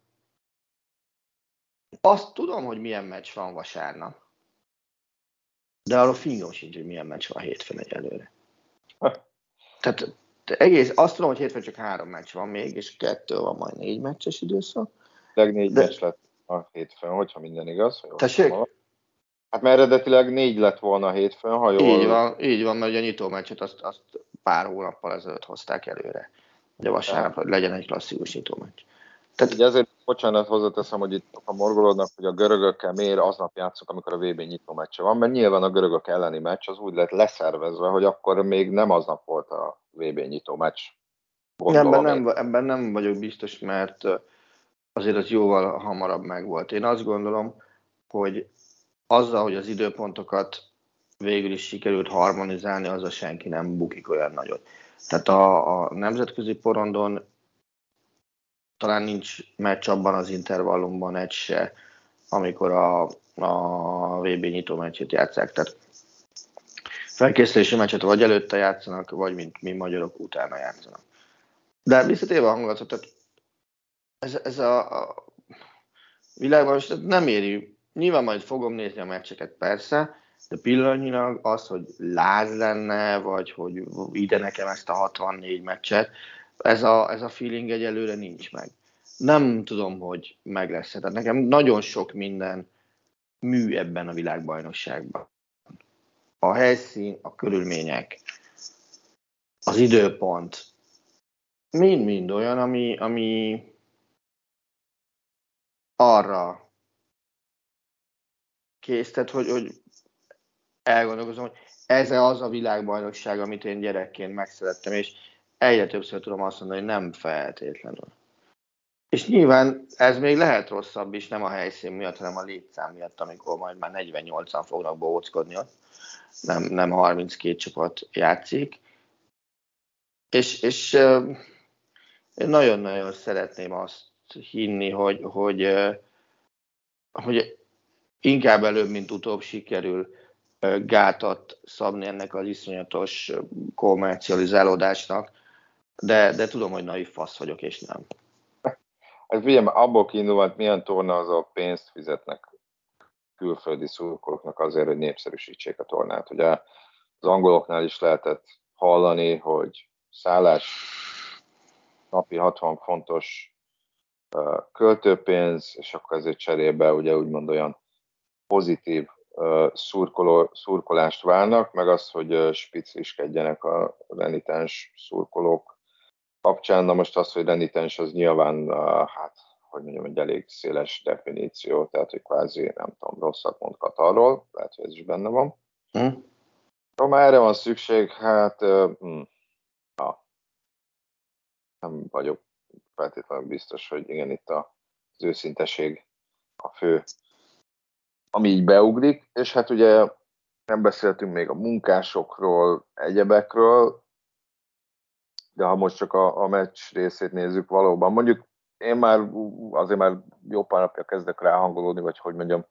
azt tudom, hogy milyen meccs van vasárnap, de arról fingom sincs, hogy milyen meccs van hétfőn egyelőre. Tehát egész, azt tudom, hogy hétfőn csak három meccs van még, és kettő van majd négy meccses időszak. Legnégy de... meccs lett a hétfőn, hogyha minden igaz. Tessék? Hát mert eredetileg négy lett volna a hétfőn, ha jól... Így van, így van, mert ugye a nyitó meccset azt, azt pár hónappal ezelőtt hozták előre. Ugye vasárnap, hogy legyen egy klasszikus nyitó meccs. Tehát... Ugye ezért, bocsánat, hozzáteszem, hogy itt a morgolódnak, hogy a görögökkel miért aznap játszunk, amikor a vé bé nyitó meccse van, mert nyilván a görögök elleni meccs az úgy lett leszervezve, hogy akkor még nem aznap volt a vé bé nyitó meccs. Ebben nem, ebben nem vagyok biztos, mert azért az jóval hamarabb megvolt. Én azt gondolom, hogy azzal, hogy az időpontokat végül is sikerült harmonizálni, azzal senki nem bukik olyan nagyot. Tehát a, a nemzetközi porondon talán nincs meccs abban az intervallumban egy se, amikor a, a vé bé nyitó meccsét játsszák. Tehát felkészülési meccset vagy előtte játszanak, vagy mint mi magyarok utána játszanak. De visszatérve a hangulatot, tehát ez, ez a, a világban most nem éri. Nyilván majd fogom nézni a meccseket, persze, de pillanatnyilag az, hogy láz lenne, vagy hogy ide nekem ezt a hatvannégy meccset, ez a, ez a feeling egyelőre nincs meg. Nem tudom, hogy meg lesz. Tehát nekem nagyon sok minden mű ebben a világbajnokságban. A helyszín, a körülmények, az időpont, mind-mind olyan, ami, ami arra késztet, hogy, hogy elgondolkozom, hogy ez az a világbajnokság, amit én gyerekként megszerettem, és egyre többször tudom azt mondani, hogy nem feltétlenül. És nyilván ez még lehet rosszabb is, nem a helyszín miatt, hanem a létszám miatt, amikor majd már negyvennyolcan fognak bohóckodni ott, nem, nem harminckét csapat játszik. És, és euh, én nagyon-nagyon szeretném azt hinni, hogy, hogy, euh, hogy inkább előbb, mint utóbb sikerül euh, gátat szabni ennek az iszonyatos kommercializálódásnak, de, de tudom, hogy naív fasz vagyok, és nem. Hát figyelj, abból kiindulva, milyen torna az a pénzt fizetnek külföldi szurkolóknak azért, hogy népszerűsítsék a tornát. Ugye az angoloknál is lehetett hallani, hogy szállás napi hatvan fontos uh, költőpénz, és akkor ezért cserébe ugye úgymond olyan pozitív uh, szurkoló, szurkolást várnak, meg az, hogy uh, spicliskedjenek a renitens szurkolók kapcsán. Na most az, hogy renitens, az nyilván, uh, hát, hogy mondjam, egy elég széles definíció, tehát, hogy kvázi, nem tudom, rosszat mond Katarról, lehet, hogy ez is benne van. Hm? Ha már erre van szükség, hát uh, hm, na, nem vagyok feltétlenül biztos, hogy igen, itt az őszinteség a fő, ami így beugrik, és hát ugye nem beszéltünk még a munkásokról, egyebekről, de ha most csak a, a meccs részét nézzük valóban, mondjuk én már azért már jó pár napja kezdek ráhangolódni, vagy hogy mondjam,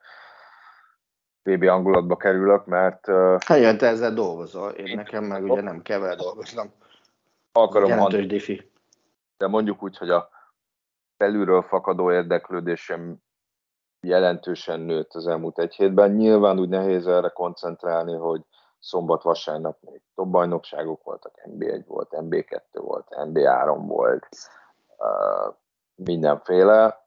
vé bé hangulatba kerülök, mert... Hát jön, te ezzel dolgozol, én nekem meg ugye nem kell vele dolgoznom. Akarom jelentős diffi. De mondjuk úgy, hogy a belülről fakadó érdeklődésem jelentősen nőtt az elmúlt egy hétben. Nyilván úgy nehéz erre koncentrálni, hogy szombat-vasárnap még top bajnokságok voltak, en bé egy volt, en bé kettő volt, en bé három volt, uh, mindenféle,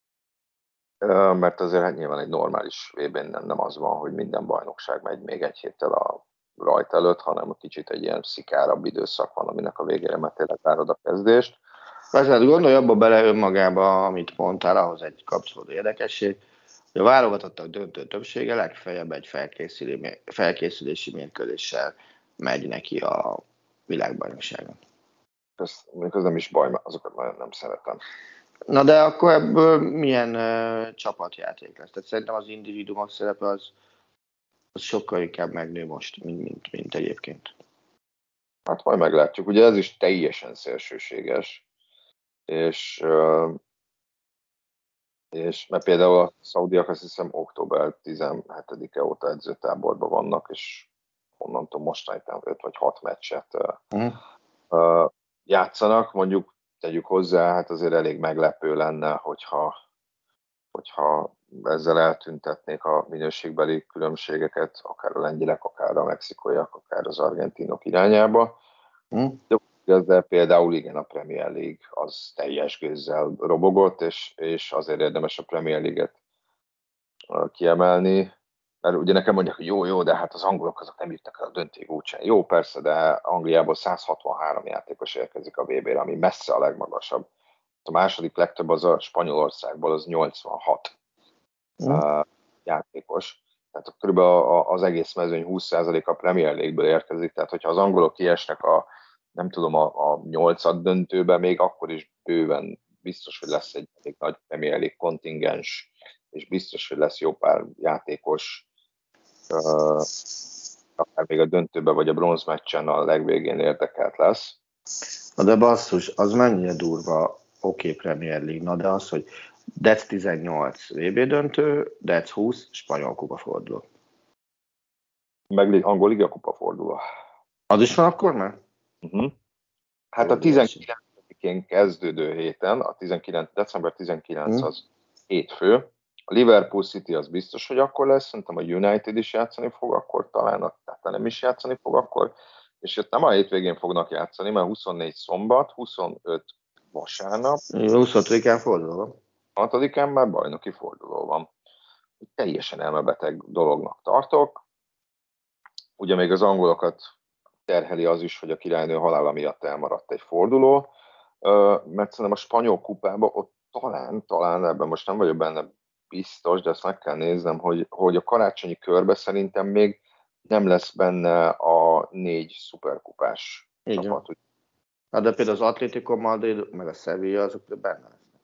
uh, mert azért hát nyilván egy normális vé bén nem az van, hogy minden bajnokság megy még egy héttel a rajt előtt, hanem kicsit egy ilyen szikárabb időszak van, aminek a végére már tényleg várod a kezdést. Persze, hát gondolj abba bele önmagába, amit mondtál, ahhoz egy kapcsolódó érdekesség, hogy a válogatottak döntő többsége legfeljebb egy felkészülési mérkőzéssel megy neki a világbajnokságon. Ez, ez nem is baj, mert azokat nagyon nem szeretem. Na de akkor ebből milyen uh, csapatjáték lesz? Tehát szerintem az individuumok szerepe az, az sokkal inkább megnő most, mint, mint, mint egyébként. Hát majd meglátjuk. Ugye ez is teljesen szélsőséges. És, uh, és mert például a szaudiak azt hiszem október tizenhetedike óta edzőtáborban vannak, és onnantól mostanában öt vagy hat meccset uh, uh-huh. uh, játszanak. Mondjuk tegyük hozzá, hát azért elég meglepő lenne, hogyha, hogyha ezzel eltüntetnék a minőségbeli különbségeket, akár a lengyelek, akár a mexikóiak, akár az argentinok irányába. Uh-huh. De ezzel például igen, a Premier League az teljes gőzzel robogott, és, és azért érdemes a Premier League-et kiemelni, mert ugye nekem mondják, hogy jó, jó, de hát az angolok azok nem jutnak el a döntőig úgysem. Jó, persze, de Angliából száz hatvanhárom játékos érkezik a vé bére, ami messze a legmagasabb. A második legtöbb az a Spanyolországból, az nyolcvanhat mm. uh, játékos. Tehát körülbelül az egész mezőny húsz százaléka a Premier League-ből érkezik, tehát hogyha az angolok kiesnek a nem tudom, a, a nyolcad döntőben, még akkor is bőven biztos, hogy lesz egy elég nagy Premier League kontingens, és biztos, hogy lesz jó pár játékos, uh, akár még a döntőben, vagy a bronzmeccsen a legvégén érdekelt lesz. Na de basszus, az mennyire durva, oké, okay, Premier League, na de az, hogy Dec tizennyolc vé bé döntő, Dec húsz spanyol kupaforduló. Meg angol liga kupaforduló. Az is van akkor már? Uh-huh. Hát a tizenkilencedikén kezdődő héten, a tizenkilenc, december tizenkilencedike az hétfő. A Liverpool City az biztos, hogy akkor lesz, szerintem a United is játszani fog akkor, talán a Tottenham is játszani fog akkor, és itt nem a hétvégén fognak játszani, mert huszonnégy szombat, huszonöt vasárnap. huszonötödikén forduló van. hatodikán már bajnoki forduló van. Teljesen elmebeteg dolognak tartok. Ugye még az angolokat terheli az is, hogy a királynő halála miatt elmaradt egy forduló, mert szerintem a spanyol kupában ott talán, talán ebben most nem vagyok benne biztos, de ezt meg kell néznem, hogy, hogy a karácsonyi körbe szerintem még nem lesz benne a négy szuperkupás csapat. Hát de például az Atlético Madrid, meg a Sevilla, azok benne lesznek.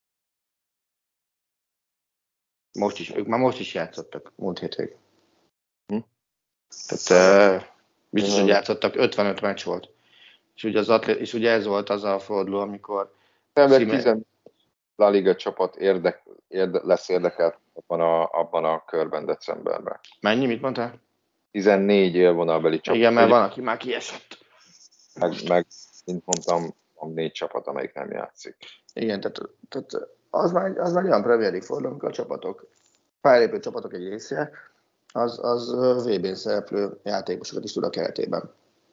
Most is, ők már most is játszottak, múlt hétvégén. Hm? Tehát uh, biztos, hm. hogy játszottak, ötvenöt meccs volt. És ugye, az atlét, és ugye ez volt az a forduló, amikor... Szíme... La Liga csapat érdek, érde, lesz érdekelt abban a, abban a körben decemberben. Mennyi, mit mondtál? tizennégy élvonalbeli csapat. Igen, mert van, aki már kiesett. Meg, meg mint mondtam, van négy csapat, amelyik nem játszik. Igen, tehát, tehát az, már, az már olyan Premier League forduló, amikor a csapatok, felépő csapatok egy része, az, az vé bén szereplő játékosokat is tud a keretében.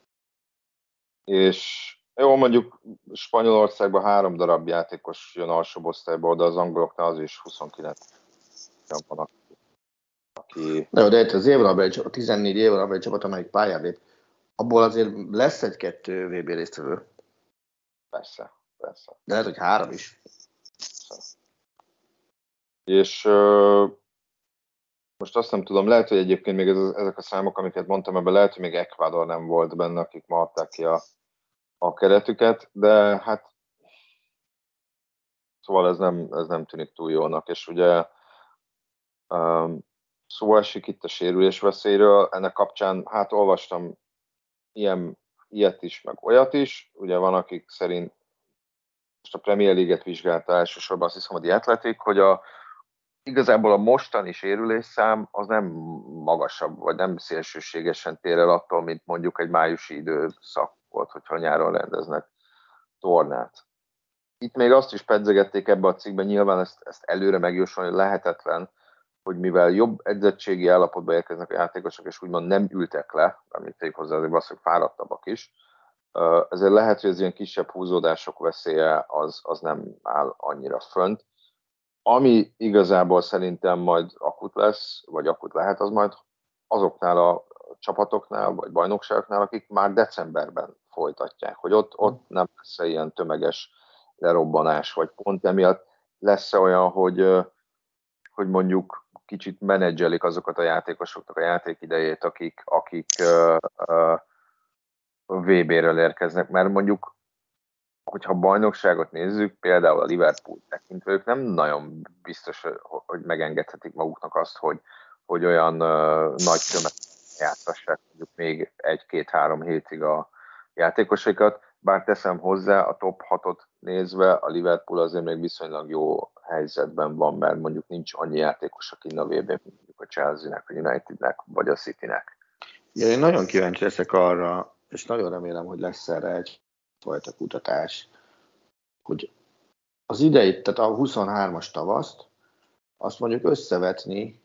És jó, mondjuk Spanyolországban három darab játékos jön alsóbb osztályból, de az angoloknál az is huszonkilenc van, aki... Jó, de itt az évvonalbeli a tizennégy évvonalbeli csapat, amelyik pályán lép, abból azért lesz egy-kettő vé bé résztvevő. Persze, persze. De lehet, hogy három is. Persze. És uh, most azt nem tudom, lehet, hogy egyébként még ez, ezek a számok, amiket mondtam ebben, lehet, hogy még Ecuador nem volt benne, akik ma adták ki a a keretüket, de hát szóval ez nem, ez nem tűnik túl jónak, és ugye um, szó esik itt a sérülés veszélyről, ennek kapcsán hát olvastam ilyen, ilyet is, meg olyat is, ugye van, akik szerint most a Premier League-et vizsgálta elsősorban, azt hiszem a The Athletic, hogy a, igazából a mostani sérülésszám az nem magasabb, vagy nem szélsőségesen tér el attól, mint mondjuk egy májusi időszak volt, hogyha nyáron rendeznek tornát. Itt még azt is pedzegették ebbe a cikkben, nyilván ezt, ezt előre megjósolni lehetetlen, hogy mivel jobb edzettségi állapotba érkeznek a játékosok, és úgymond nem ültek le, amit tegyük hozzá, azért valószínűleg fáradtabbak is, ezért lehet, hogy az ilyen kisebb húzódások veszélye az, az nem áll annyira fönt. Ami igazából szerintem majd akut lesz, vagy akut lehet, az majd azoknál a csapatoknál, vagy bajnokságoknál, akik már decemberben folytatják, hogy ott, ott nem lesz ilyen tömeges lerobbanás, vagy pont emiatt lesz olyan, hogy, hogy mondjuk kicsit menedzselik azokat a játékosoknak a játékidejét, akik, akik uh, uh, vé béről érkeznek, mert mondjuk, hogyha bajnokságot nézzük, például a Liverpool tekintve, ők nem nagyon biztos, hogy megengedhetik maguknak azt, hogy, hogy olyan uh, nagy tömeg játszassák mondjuk még egy-két-három hétig a játékosaikat, bár teszem hozzá, a top hatot nézve a Liverpool azért még viszonylag jó helyzetben van, mert mondjuk nincs annyi játékos, aki a vé bén, mondjuk a Chelsea-nek, a Unitednek, vagy a Citynek. Ja, én nagyon kíváncsi leszek arra, és nagyon remélem, hogy lesz erre egyfajta kutatás, hogy az idei, tehát a huszonhármas tavaszt, azt mondjuk összevetni.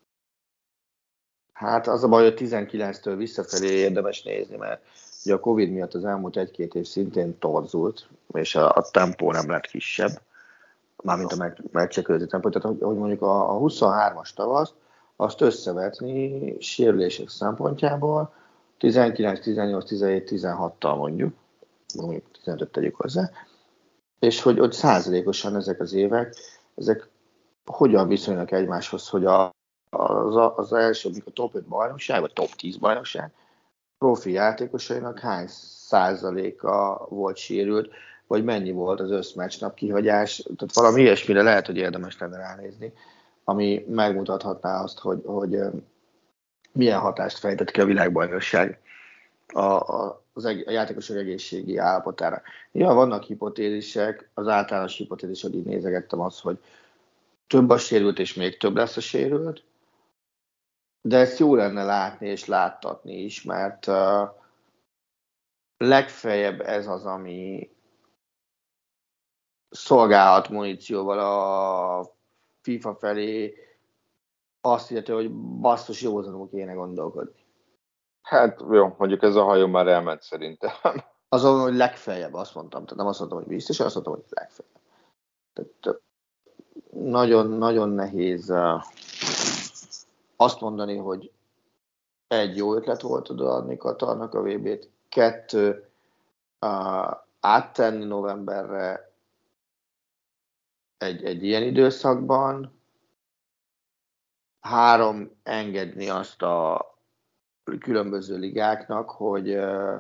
Hát az a baj, hogy tizenkilenctől visszafelé érdemes nézni, mert ugye a Covid miatt az elmúlt egy-két év szintén torzult, és a, a tempó nem lett kisebb, mármint a meg, megcsekölti tempó. Tehát, hogy, hogy mondjuk a, a huszonhármas tavaszt, azt összevetni sérülések szempontjából tizenkilenc, tizennyolc, tizenhét, tizenhattal mondjuk, mondjuk tizenötöt tegyük hozzá, és hogy, hogy százalékosan ezek az évek, ezek hogyan viszonyulnak egymáshoz, hogy a Az, az első, mikor top öt bajnokság, vagy top tíz bajnokság, profi játékosainak hány százaléka volt sérült, vagy mennyi volt az összmeccsnap kihagyás. Tehát valami ilyesmire lehet, hogy érdemes lenne ránézni, ami megmutathatná azt, hogy, hogy milyen hatást fejtett ki a világbajnokság a, a, az eg- a játékosok egészségi állapotára. Ja, vannak hipotézisek, az általános hipotézis, hogy így nézegettem az, hogy több a sérült, és még több lesz a sérült. De ezt jó lenne látni és láttatni is, mert uh, legfeljebb ez az, ami szolgálhat munícióval a FIFA felé, azt illetve, hogy basszus józanul kéne gondolkodni. Hát jó, mondjuk ez a hajó már elment szerintem. Azon, hogy legfeljebb, azt mondtam. Tehát nem azt mondtam, hogy biztos, azt mondtam, hogy legfeljebb. Tehát nagyon, nagyon nehéz uh, azt mondani, hogy egy jó ötlet volt odaadni Katarnak a vé bét, kettő uh, áttenni novemberre egy, egy ilyen időszakban, három engedni azt a különböző ligáknak, hogy uh,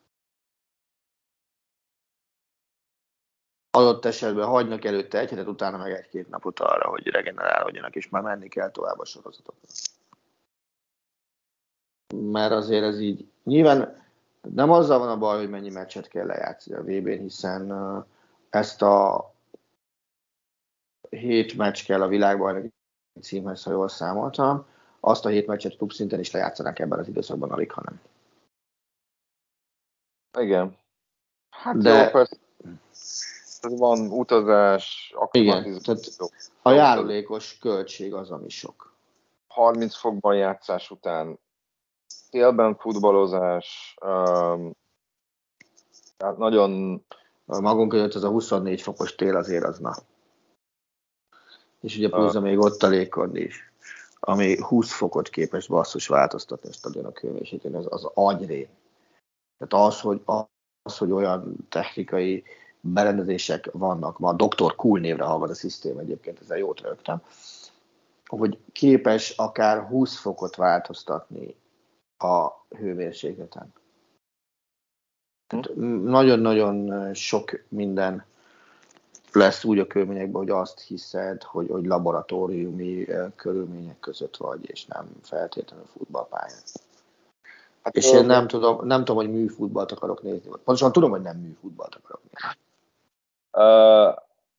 adott esetben hagynak előtte egy hetet, utána meg egy-két napot arra, hogy regenerálódjanak, és már menni kell tovább a sorozatokra. Mert azért ez így, nyilván nem azzal van a baj, hogy mennyi meccset kell lejátszani a vé bén, hiszen uh, ezt a hét meccs kell a világbajnoki címhez, ha jól számoltam, azt a hét meccset klub szinten is lejátszanak ebben az időszakban, alig, hanem. Igen. Hát de jó, persze. Van utazás, igen, tehát a járulékos költség az, ami sok. harminc fokban játszás után, télben futballozás, um, tehát nagyon... Magunk között az a huszonnégy fokos tél azért az na. És ugye plusz uh, még ott a légkondi is, ami húsz fokot képes basszus változtatni a stadionok hőmérsékletén, az, az agyrém. Tehát az, hogy, az, hogy olyan technikai berendezések vannak, ma a doktor Cool névre hallgat a szisztém egyébként, ezzel jót rögtem, hogy képes akár húsz fokot változtatni a hőmérsékleten. Tehát nagyon-nagyon sok minden lesz úgy a körülményekben, hogy azt hiszed, hogy, hogy laboratóriumi körülmények között vagy, és nem feltétlenül futballpályán. Hát és én nem tudom, nem tudom, hogy műfutballt akarok nézni. Pontosan tudom, hogy nem műfutballt akarok nézni. Uh,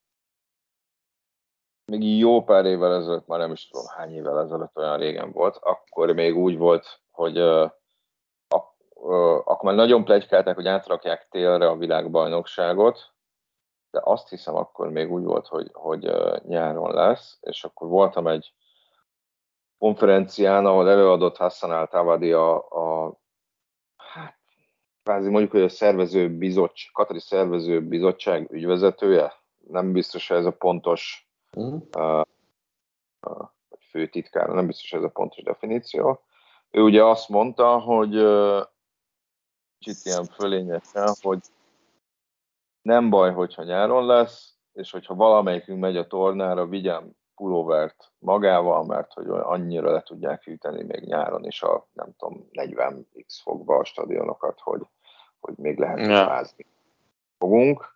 még jó pár évvel ezelőtt, már nem is tudom hány évvel ezelőtt, olyan régen volt, akkor még úgy volt, hogy uh, ak- uh, akkor már nagyon pletykálták, hogy átrakják télre a világbajnokságot, de azt hiszem akkor még úgy volt, hogy, hogy uh, nyáron lesz, és akkor voltam egy konferencián, ahol előadott Hassan Al-Tawadi a, a hát, kvázi mondjuk, hogy a szervező bizottság, katari szervező bizottság ügyvezetője, nem biztos, hogy ez a pontos uh, uh, főtitkár, nem biztos, hogy ez a pontos definíció. Ő ugye azt mondta, hogy uh, kicsit ilyen fölényesen, hogy nem baj, hogyha nyáron lesz, és hogyha valamelyikünk megy a tornára, vigyen pulóvert magával, mert hogy annyira le tudják hűteni még nyáron is a, nem tudom, negyven x fokba a stadionokat, hogy, hogy még lehet fázni. Fogunk.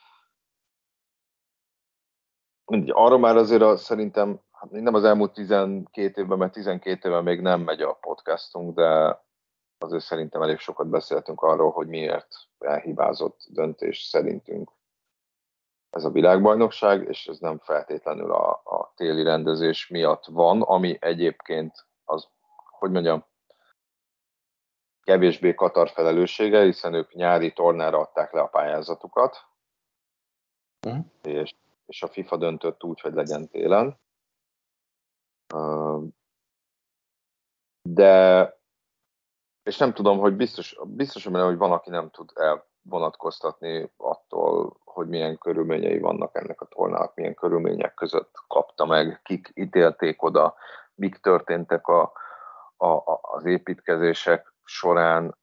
Mindegy, arra már azért a, szerintem, hát nem az elmúlt tizenkét évben, mert tizenkét évben még nem megy a podcastunk, de azért szerintem elég sokat beszéltünk arról, hogy miért elhibázott döntés szerintünk ez a világbajnokság, és ez nem feltétlenül a, a téli rendezés miatt van, ami egyébként az, hogy mondjam, kevésbé Katar felelőssége, hiszen ők nyári tornára adták le a pályázatukat, mm. és, és a FIFA döntött úgy, hogy legyen télen. De, és nem tudom, hogy biztos, biztos benne, hogy van, aki nem tud elvonatkoztatni attól, hogy milyen körülményei vannak ennek a tornának, milyen körülmények között kapta meg, kik ítélték oda, mik történtek a, a, a, az építkezések során,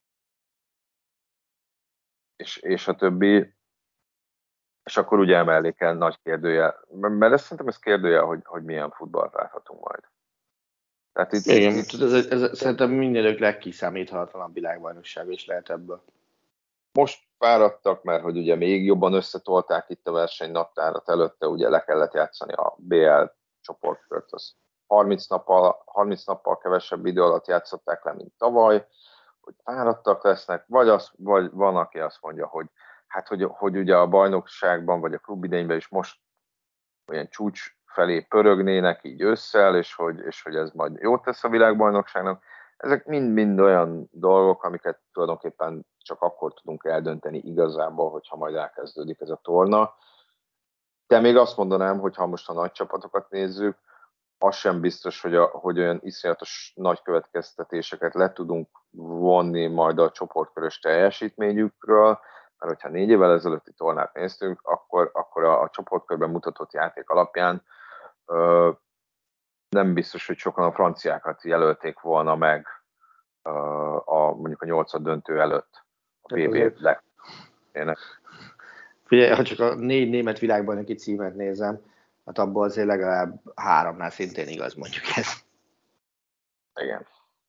és, és a többi. És akkor ugye emellé kell nagy kérdője, mert ezt szerintem ez kérdője, hogy, hogy milyen futballt láthatunk majd. Tehát itt, igen, itt, ez, ez, ez szerintem mindenük legkiszámíthatatlanabb világbajnokság is lehet ebből. Most fáradtak, mert hogy ugye még jobban összetolták itt a verseny naptárat előtte, ugye le kellett játszani a bé el csoportkört, az harminc nappal, harminc nappal kevesebb idő alatt játszották le, mint tavaly, hogy fáradtak lesznek, vagy, az, vagy van, aki azt mondja, hogy hát, hogy, hogy ugye a bajnokságban, vagy a klubidényben is most olyan csúcs felé pörögnének így ősszel, és hogy, és hogy ez majd jót tesz a világbajnokságnak. Ezek mind-mind olyan dolgok, amiket tulajdonképpen csak akkor tudunk eldönteni igazából, hogyha majd elkezdődik ez a torna. De még azt mondanám, hogy ha most a nagy csapatokat nézzük, az sem biztos, hogy, a, hogy olyan iszonyatos nagy következtetéseket le tudunk vonni majd a csoportkörös teljesítményükről, mert hogyha négy évvel ezelőtti tornát néztünk, akkor, akkor a, a csoportkörben mutatott játék alapján ö, nem biztos, hogy sokan a franciákat jelölték volna meg ö, a, mondjuk a nyolcad döntő előtt a bé bé legének. Figyelj, ha csak a négy német világbajnoki címet nézem, hát abból azért legalább háromnál szintén igaz, mondjuk ez. Igen.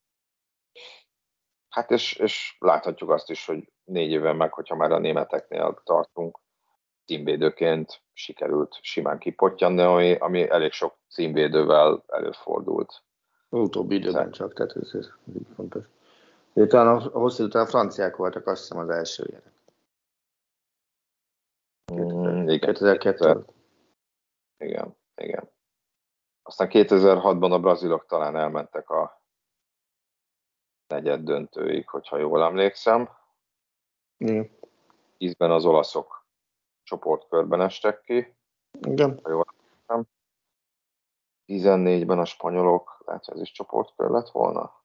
Hát és, és láthatjuk azt is, hogy négy éven meg, hogyha már a németeknél tartunk, címvédőként sikerült simán kipottyanni, ami, ami elég sok címvédővel előfordult. Az utóbbi időben csak, tehát ez, ez így fontos. Talán a, a hosszú után a franciák voltak, azt hiszem, az első ilyenek. Mm, igen. kétezer-kettő. Igen, igen. Aztán kétezer-hatban a brazilok talán elmentek a negyed döntőig, hogyha jól emlékszem. Igen. Ízben az olaszok csoportkörben estek ki. Igen. Ha jól emlékszem. tizennégyben a spanyolok, lehet, hogy ez is csoportkör lett volna.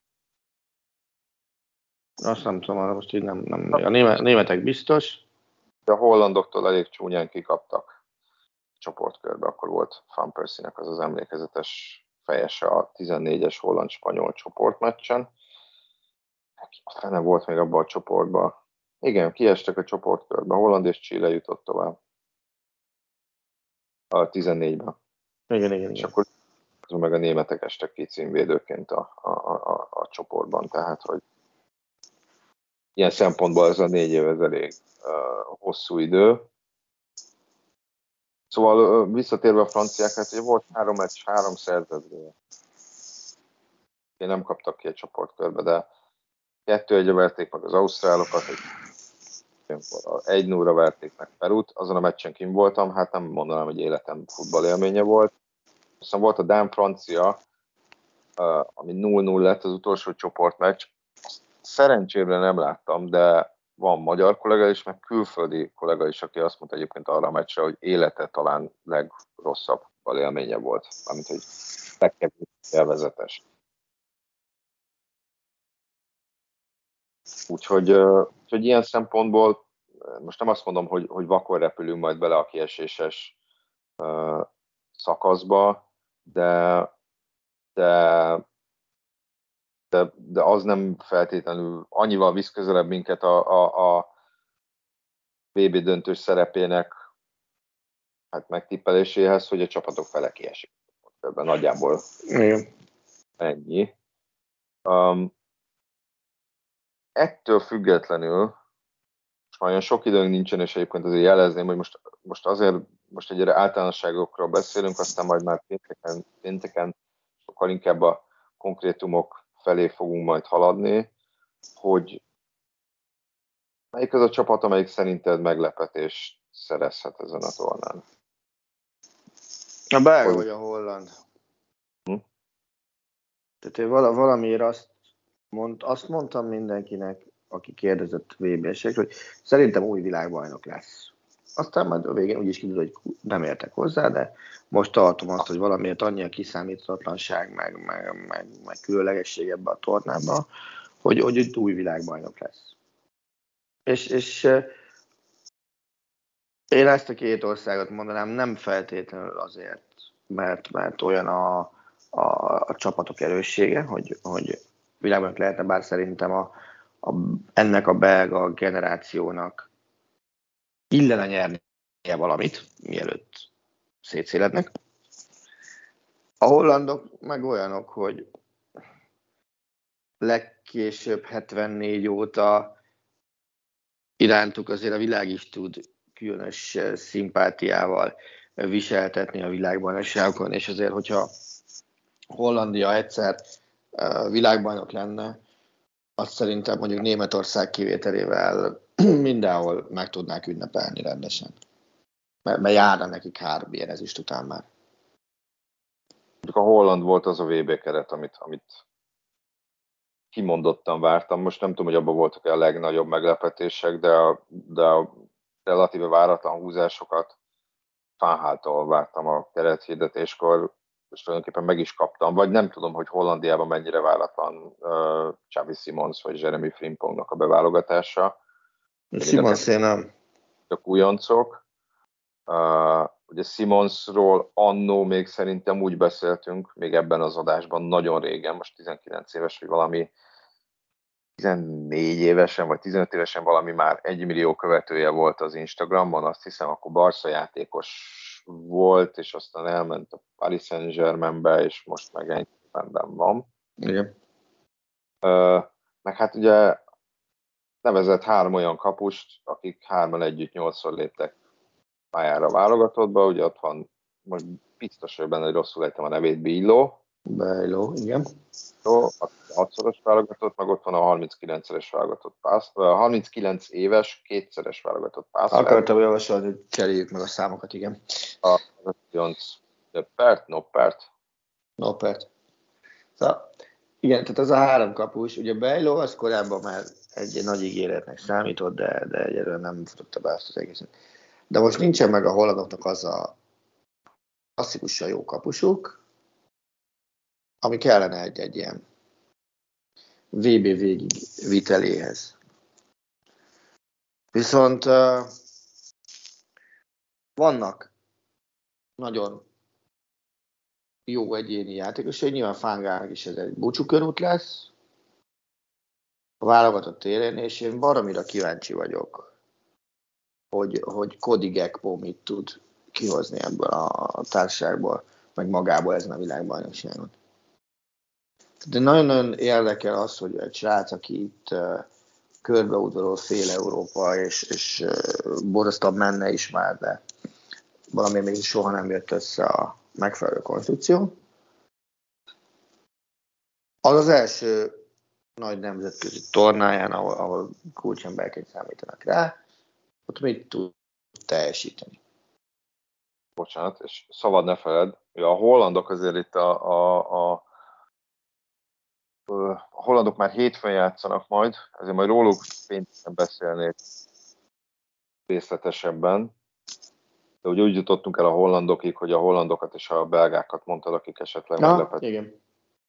Azt nem tudom, arra most így nem, nem. A németek biztos. De a hollandoktól elég csúnyán kikaptak csoportkörbe, akkor volt Van Persie-nek az az emlékezetes fejese a tizennégyes holland-spanyol csoportmeccsen. A fene volt még abban a csoportban. Igen, kiestek a csoportkörbe. Holland és Chile jutott tovább. A tizennégyben. Igen, igen, és igen. akkor meg a németek estek ki címvédőként a, a, a, a csoportban. Tehát, hogy ilyen szempontból ez a négy év ez elég uh, hosszú idő. Szóval uh, visszatérve a franciákat, hogy volt három meccs, három szerződő. Én nem kaptak ki a csoportkörbe, de kettő egyre verték meg az ausztrálokat, egy nullra verték meg Perút, azon a meccsen kim voltam, hát nem mondanám, hogy életem futballélménye volt. Aztán volt a Dán-Francia, ami null null lett az utolsó csoportmeccs. Szerencsére nem láttam, de van magyar kollega is, meg külföldi kollega is, aki azt mondta egyébként arra a meccsre, hogy élete talán legrosszabb futballélménye volt, amit hogy legkevésbé élvezetes. Úgyhogy, úgyhogy ilyen szempontból most nem azt mondom, hogy, hogy vakon repülünk majd bele a kieséses uh, szakaszba, de, de, de, de az nem feltétlenül annyival visz közelebb minket a, a, a bé bé döntős szerepének hát megtippeléséhez, hogy a csapatok fele kiesik. Ebben nagyjából Igen. ennyi. Um, ettől függetlenül, most már olyan sok időnk nincsen, és egyébként azért jelezném, hogy most, most azért most egyre általánosságokról beszélünk, aztán majd már pénteken, pénteken sokkal inkább a konkrétumok felé fogunk majd haladni, hogy melyik az a csapat, amelyik szerinted meglepetést szerezhet ezen a tornán? A belga vagy a holland. Hm? Tehát én vala, valamiért azt, mond, azt mondtam mindenkinek, aki kérdezett vé bé-esekről, hogy szerintem új világbajnok lesz. Aztán majd a végén úgyis kiderül, hogy nem értek hozzá, de most tartom azt, hogy valamiért annyi a kiszámíthatatlanság, meg, meg, meg, meg különlegesség ebbe a tornába, hogy, hogy itt új világbajnok lesz. És, és én ezt a két országot mondanám, nem feltétlenül azért, mert, mert olyan a, a, a csapatok erőssége, hogy, hogy világbajnok lehetne, bár szerintem a, a, ennek a belga generációnak illene nyernie valamit, mielőtt szétszélednek. A hollandok meg olyanok, hogy legkésőbb hetvennégy óta irántuk azért a világ is tud különös szimpátiával viseltetni a világbajnokságokon, és azért, hogyha Hollandia egyszer világbajnok lenne, azt szerintem mondjuk Németország kivételével mindenhol meg tudnák ünnepelni rendesen. Mert, mert járna nekik három ilyen ezüst után már. a holland volt az a vé bé keret, amit, amit kimondottan vártam. Most nem tudom, hogy abban voltak-e a legnagyobb meglepetések, de a, de a relatíve váratlan húzásokat Fánhától vártam a kerethirdetéskor, és tulajdonképpen meg is kaptam, vagy nem tudom, hogy Hollandiában mennyire váratlan uh, Xavi Simons vagy Jeremy Frimpongnak a beválogatása. Simons én nem. Csak újoncok. Uh, ugye Simonsról annó még szerintem úgy beszéltünk, még ebben az adásban nagyon régen, most tizenkilenc éves, vagy valami tizennégy évesen, vagy tizenöt évesen valami már egy millió követője volt az Instagramon, azt hiszem, akkor Barca játékos volt, és aztán elment a Paris Saint-Germainbe, és most meg ennyiben van. Igen. Uh, meg hát ugye nevezett három olyan kapust, akik hárman együtt nyolcszor léptek pályára válogatottba, ugye ott van, most biztos, hogy benne, hogy rosszul ejtem a nevét, Billó. Billó, igen. A hatszoros válogatott, meg ott van a harminckilencszeres válogatott pász, a harminckilenc éves kétszeres válogatott pász. Akartam javasolni, hogy cseréljük meg a számokat, igen. A Noppert, Noppert. Noppert. Szóval, igen, tehát az a három kapus, ugye Bejló az korábban már egy nagy ígéretnek számított, de, de egyelőre nem futotta be azt az egészet. De most nincsen meg a hollandoknak az a klasszikusan jó kapusuk, ami kellene egy-egy ilyen vé bé végigviteléhez. Viszont uh, vannak nagyon jó egyéni játékosai, nyilván Fangának is ez egy búcsúkörút lesz a válogatott térén, és én baromira kíváncsi vagyok, hogy, hogy Cody Gakpo mit tud kihozni ebből a társaságból, meg magából ezen a világbajnokságon. De nagyon-nagyon érdekel az, hogy egy srác, aki itt uh, körbeudvarol fél Európa, és, és uh, borzasztóan menne is már, de valami még soha nem jött össze a megfelelő konstrukció. Az az első nagy nemzetközi tornáján, ahol, ahol kulcsemberként számítanak rá, ott mit tud teljesíteni? Bocsánat, és szabad ne feled, hogy a hollandok azért itt a, a, a A hollandok már hétfőn játszanak majd, ezért majd róluk pénteken beszélnék részletesebben. De úgy, úgy jutottunk el a hollandokig, hogy a hollandokat és a belgákat mondtad, akik esetleg meglepett. Igen.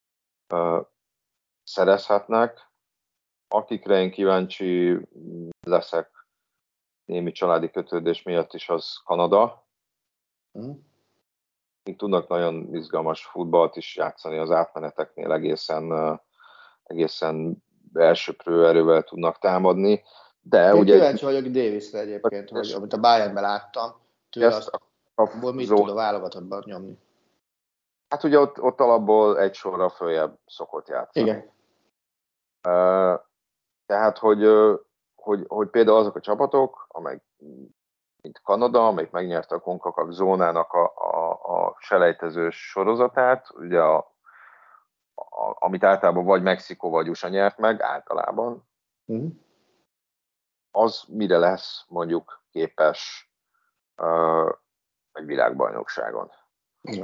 Szerezhetnek. Akikre én kíváncsi leszek némi családi kötődés miatt is, az Kanada. Mm. Még tudnak nagyon izgalmas futballt is játszani az átmeneteknél, egészen egészen elsöprő erővel tudnak támadni, de én ugye... kíváncsi vagyok Davisre egyébként, hogy amit a Bayernben láttam, tőle azt, abból mit tud a válogatottban nyomni. Hát ugye ott, ott alapból egy sorra följebb szokott játszani. Igen. Uh, tehát, hogy, hogy, hogy például azok a csapatok, amelyek, mint Kanada, amelyik megnyerte a CONCACAF zónának a, a, a selejtezős sorozatát, ugye a A, amit általában vagy Mexikó vagy u es á nyert meg, általában, mm. az mire lesz mondjuk képes uh, egy világbajnokságon. Mm.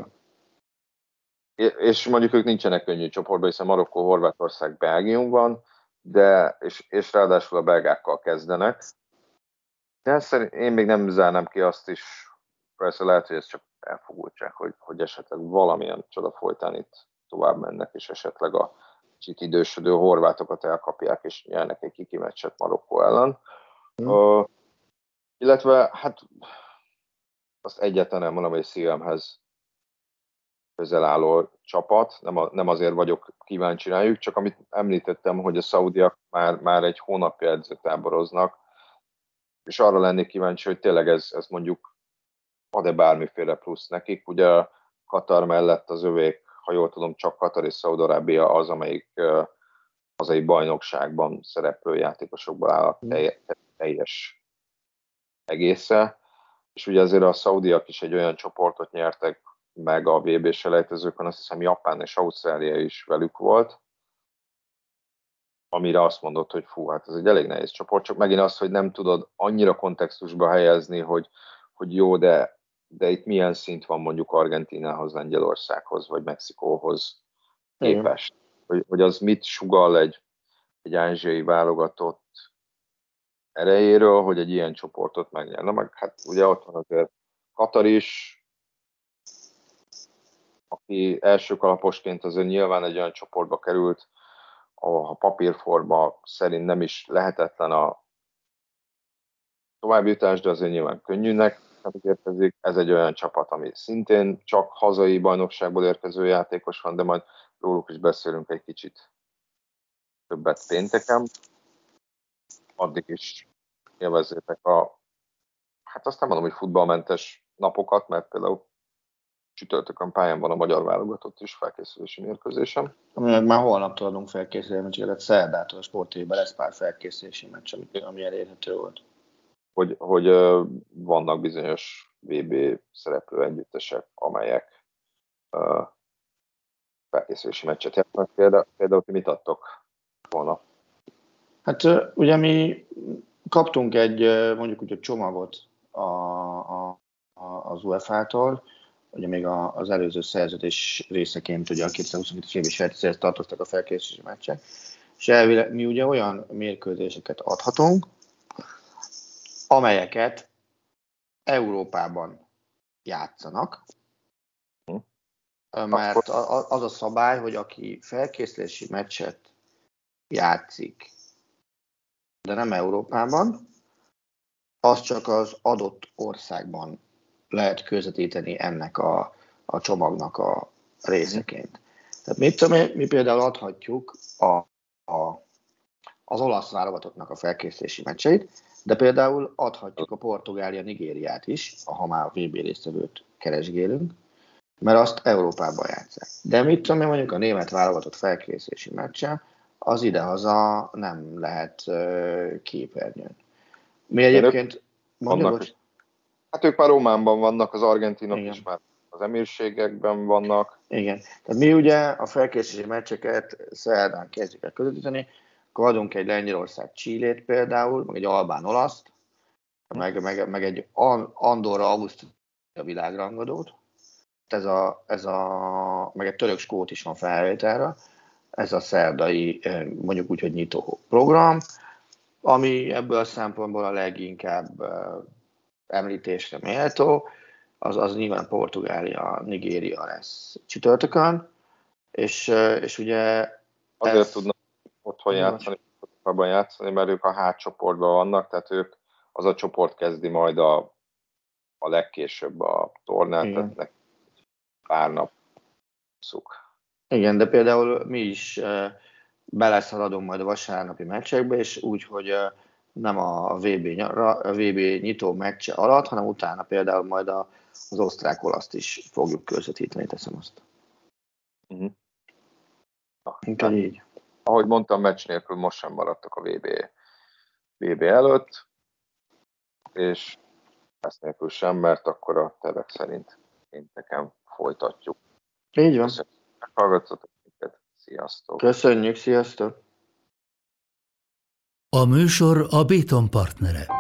És mondjuk ők nincsenek könnyű csoportban, hiszen Marokkó, Horvátország, Belgium van, de, és, és ráadásul a belgákkal kezdenek. De szerint én még nem zárnám ki azt is, persze lehet, hogy ez csak elfogultság, hogy, hogy esetleg valamilyen csoda folytán itt tovább mennek, és esetleg a kicsit idősödő horvátokat elkapják, és nyernek egy kiki meccset Marokkó ellen. Mm. Uh, illetve, hát azt egyáltalán nem mondom, hogy szívemhez közel álló csapat, nem, a, nem azért vagyok kíváncsi rájuk, csak amit említettem, hogy a szaudiak már, már egy hónapja edzőtáboroznak, és arra lennék kíváncsi, hogy tényleg ez, ez mondjuk ad-e bármiféle plusz nekik. Ugye Katar mellett az övék, ha jól tudom, csak Katar és Szaúd-Arábia az, amelyik uh, hazai bajnokságban szereplő játékosokból áll a teljes, teljes egésze. És ugye azért a szaudiak is egy olyan csoportot nyertek meg a vé bé-selejtezőkön, azt hiszem Japán és Ausztrália is velük volt, amire azt mondod, hogy fú, hát ez egy elég nehéz csoport, csak megint az, hogy nem tudod annyira kontextusba helyezni, hogy, hogy jó, de de itt milyen szint van mondjuk Argentínához, Lengyelországhoz, vagy Mexikóhoz képest? Hogy, hogy az mit sugall egy, egy ázsiai válogatott erejéről, hogy egy ilyen csoportot megnyer. Na meg hát ugye ott van azért Katar is, aki első kalaposként azért nyilván egy olyan csoportba került, ahol a papírforma szerint nem is lehetetlen a továbbjutás, de azért nyilván könnyűnek érkezik. Ez egy olyan csapat, ami szintén csak hazai bajnokságból érkező játékos van, de majd róluk is beszélünk egy kicsit többet pénteken. Addig is élvezzétek a, hát azt nem mondom, hogy futballmentes napokat, mert például csütörtökön pályán van a magyar válogatott is felkészülési mérkőzésem. Már holnaptól adunk felkészülési meccset, szerdától a Sport té vében lesz pár felkészülési meccs, ami elérhető volt. Hogy, hogy uh, vannak bizonyos vé bé szereplő együttesek, amelyek uh, felkészülési meccset játszanak. Például, például ti mit adtok volna? Hát uh, ugye mi kaptunk egy uh, mondjuk úgy a csomagot a, a, a, az u e fá tól, ugye még a, az előző szerződés részeként ugye a kétezer-huszonkettes évi sejtszéhez tartoztak a felkészülési meccsek, és elvileg mi ugye olyan mérkőzéseket adhatunk, amelyeket Európában játszanak, mert az a szabály, hogy aki felkészülési meccset játszik, de nem Európában, az csak az adott országban lehet közvetíteni ennek a, a csomagnak a részeként. Tehát mit tudom én, mi például adhatjuk a, a, az olasz válogatottnak a felkészülési meccseit, de például adhatjuk a Portugália-Nigériát is, ha már a vé bé résztvevőt keresgélünk, mert azt Európában játsszák. De mit tudom én, mondjuk a német válogatott felkészülési meccse, az idehaza nem lehet uh, képernyőn. Mi egyébként... Vannak, hát ők már Románban vannak, az argentinok Igen. is már az emírségekben vannak. Igen. Tehát mi ugye a felkészülési meccseket szerdán kezdjük el közvetíteni, akkor adunk egy Lengyelország-Chilét például, meg egy albán-olaszt, meg, meg, meg egy Andorra-Ausztria világrangadót, ez a, ez a, meg egy török-skót is van felvételre, ez a szerdai, mondjuk úgy, hogy nyitó program, ami ebből a szempontból a leginkább említésre méltó, az, az nyilván Portugália, Nigéria lesz csütörtökön, és, és ugye... Azért ez... tudnak otthon játszani, abban játszani, mert ők a hátcsoportban vannak, tehát ők, az a csoport kezdi majd a, a legkésőbb a tornát, Igen. tehát pár nap szuk. Igen, de például mi is uh, beleszaladunk majd a vasárnapi meccsekbe, és úgy, hogy uh, nem a vé bé, a vé bé nyitó meccse alatt, hanem utána például majd a, az osztrák-olaszt is fogjuk közvetíteni, teszem azt. Uh-huh. Na, Úgyhogy így. Ahogy mondtam, meccs nélkül most sem maradtak a vé bé, vé bé előtt, és ezt nélkül sem, mert akkor a tervek szerint pénteken folytatjuk. Így van. Köszönjük, hogy hallgattatok minket. Sziasztok! Köszönjük, sziasztok! A műsor a Béton partnere.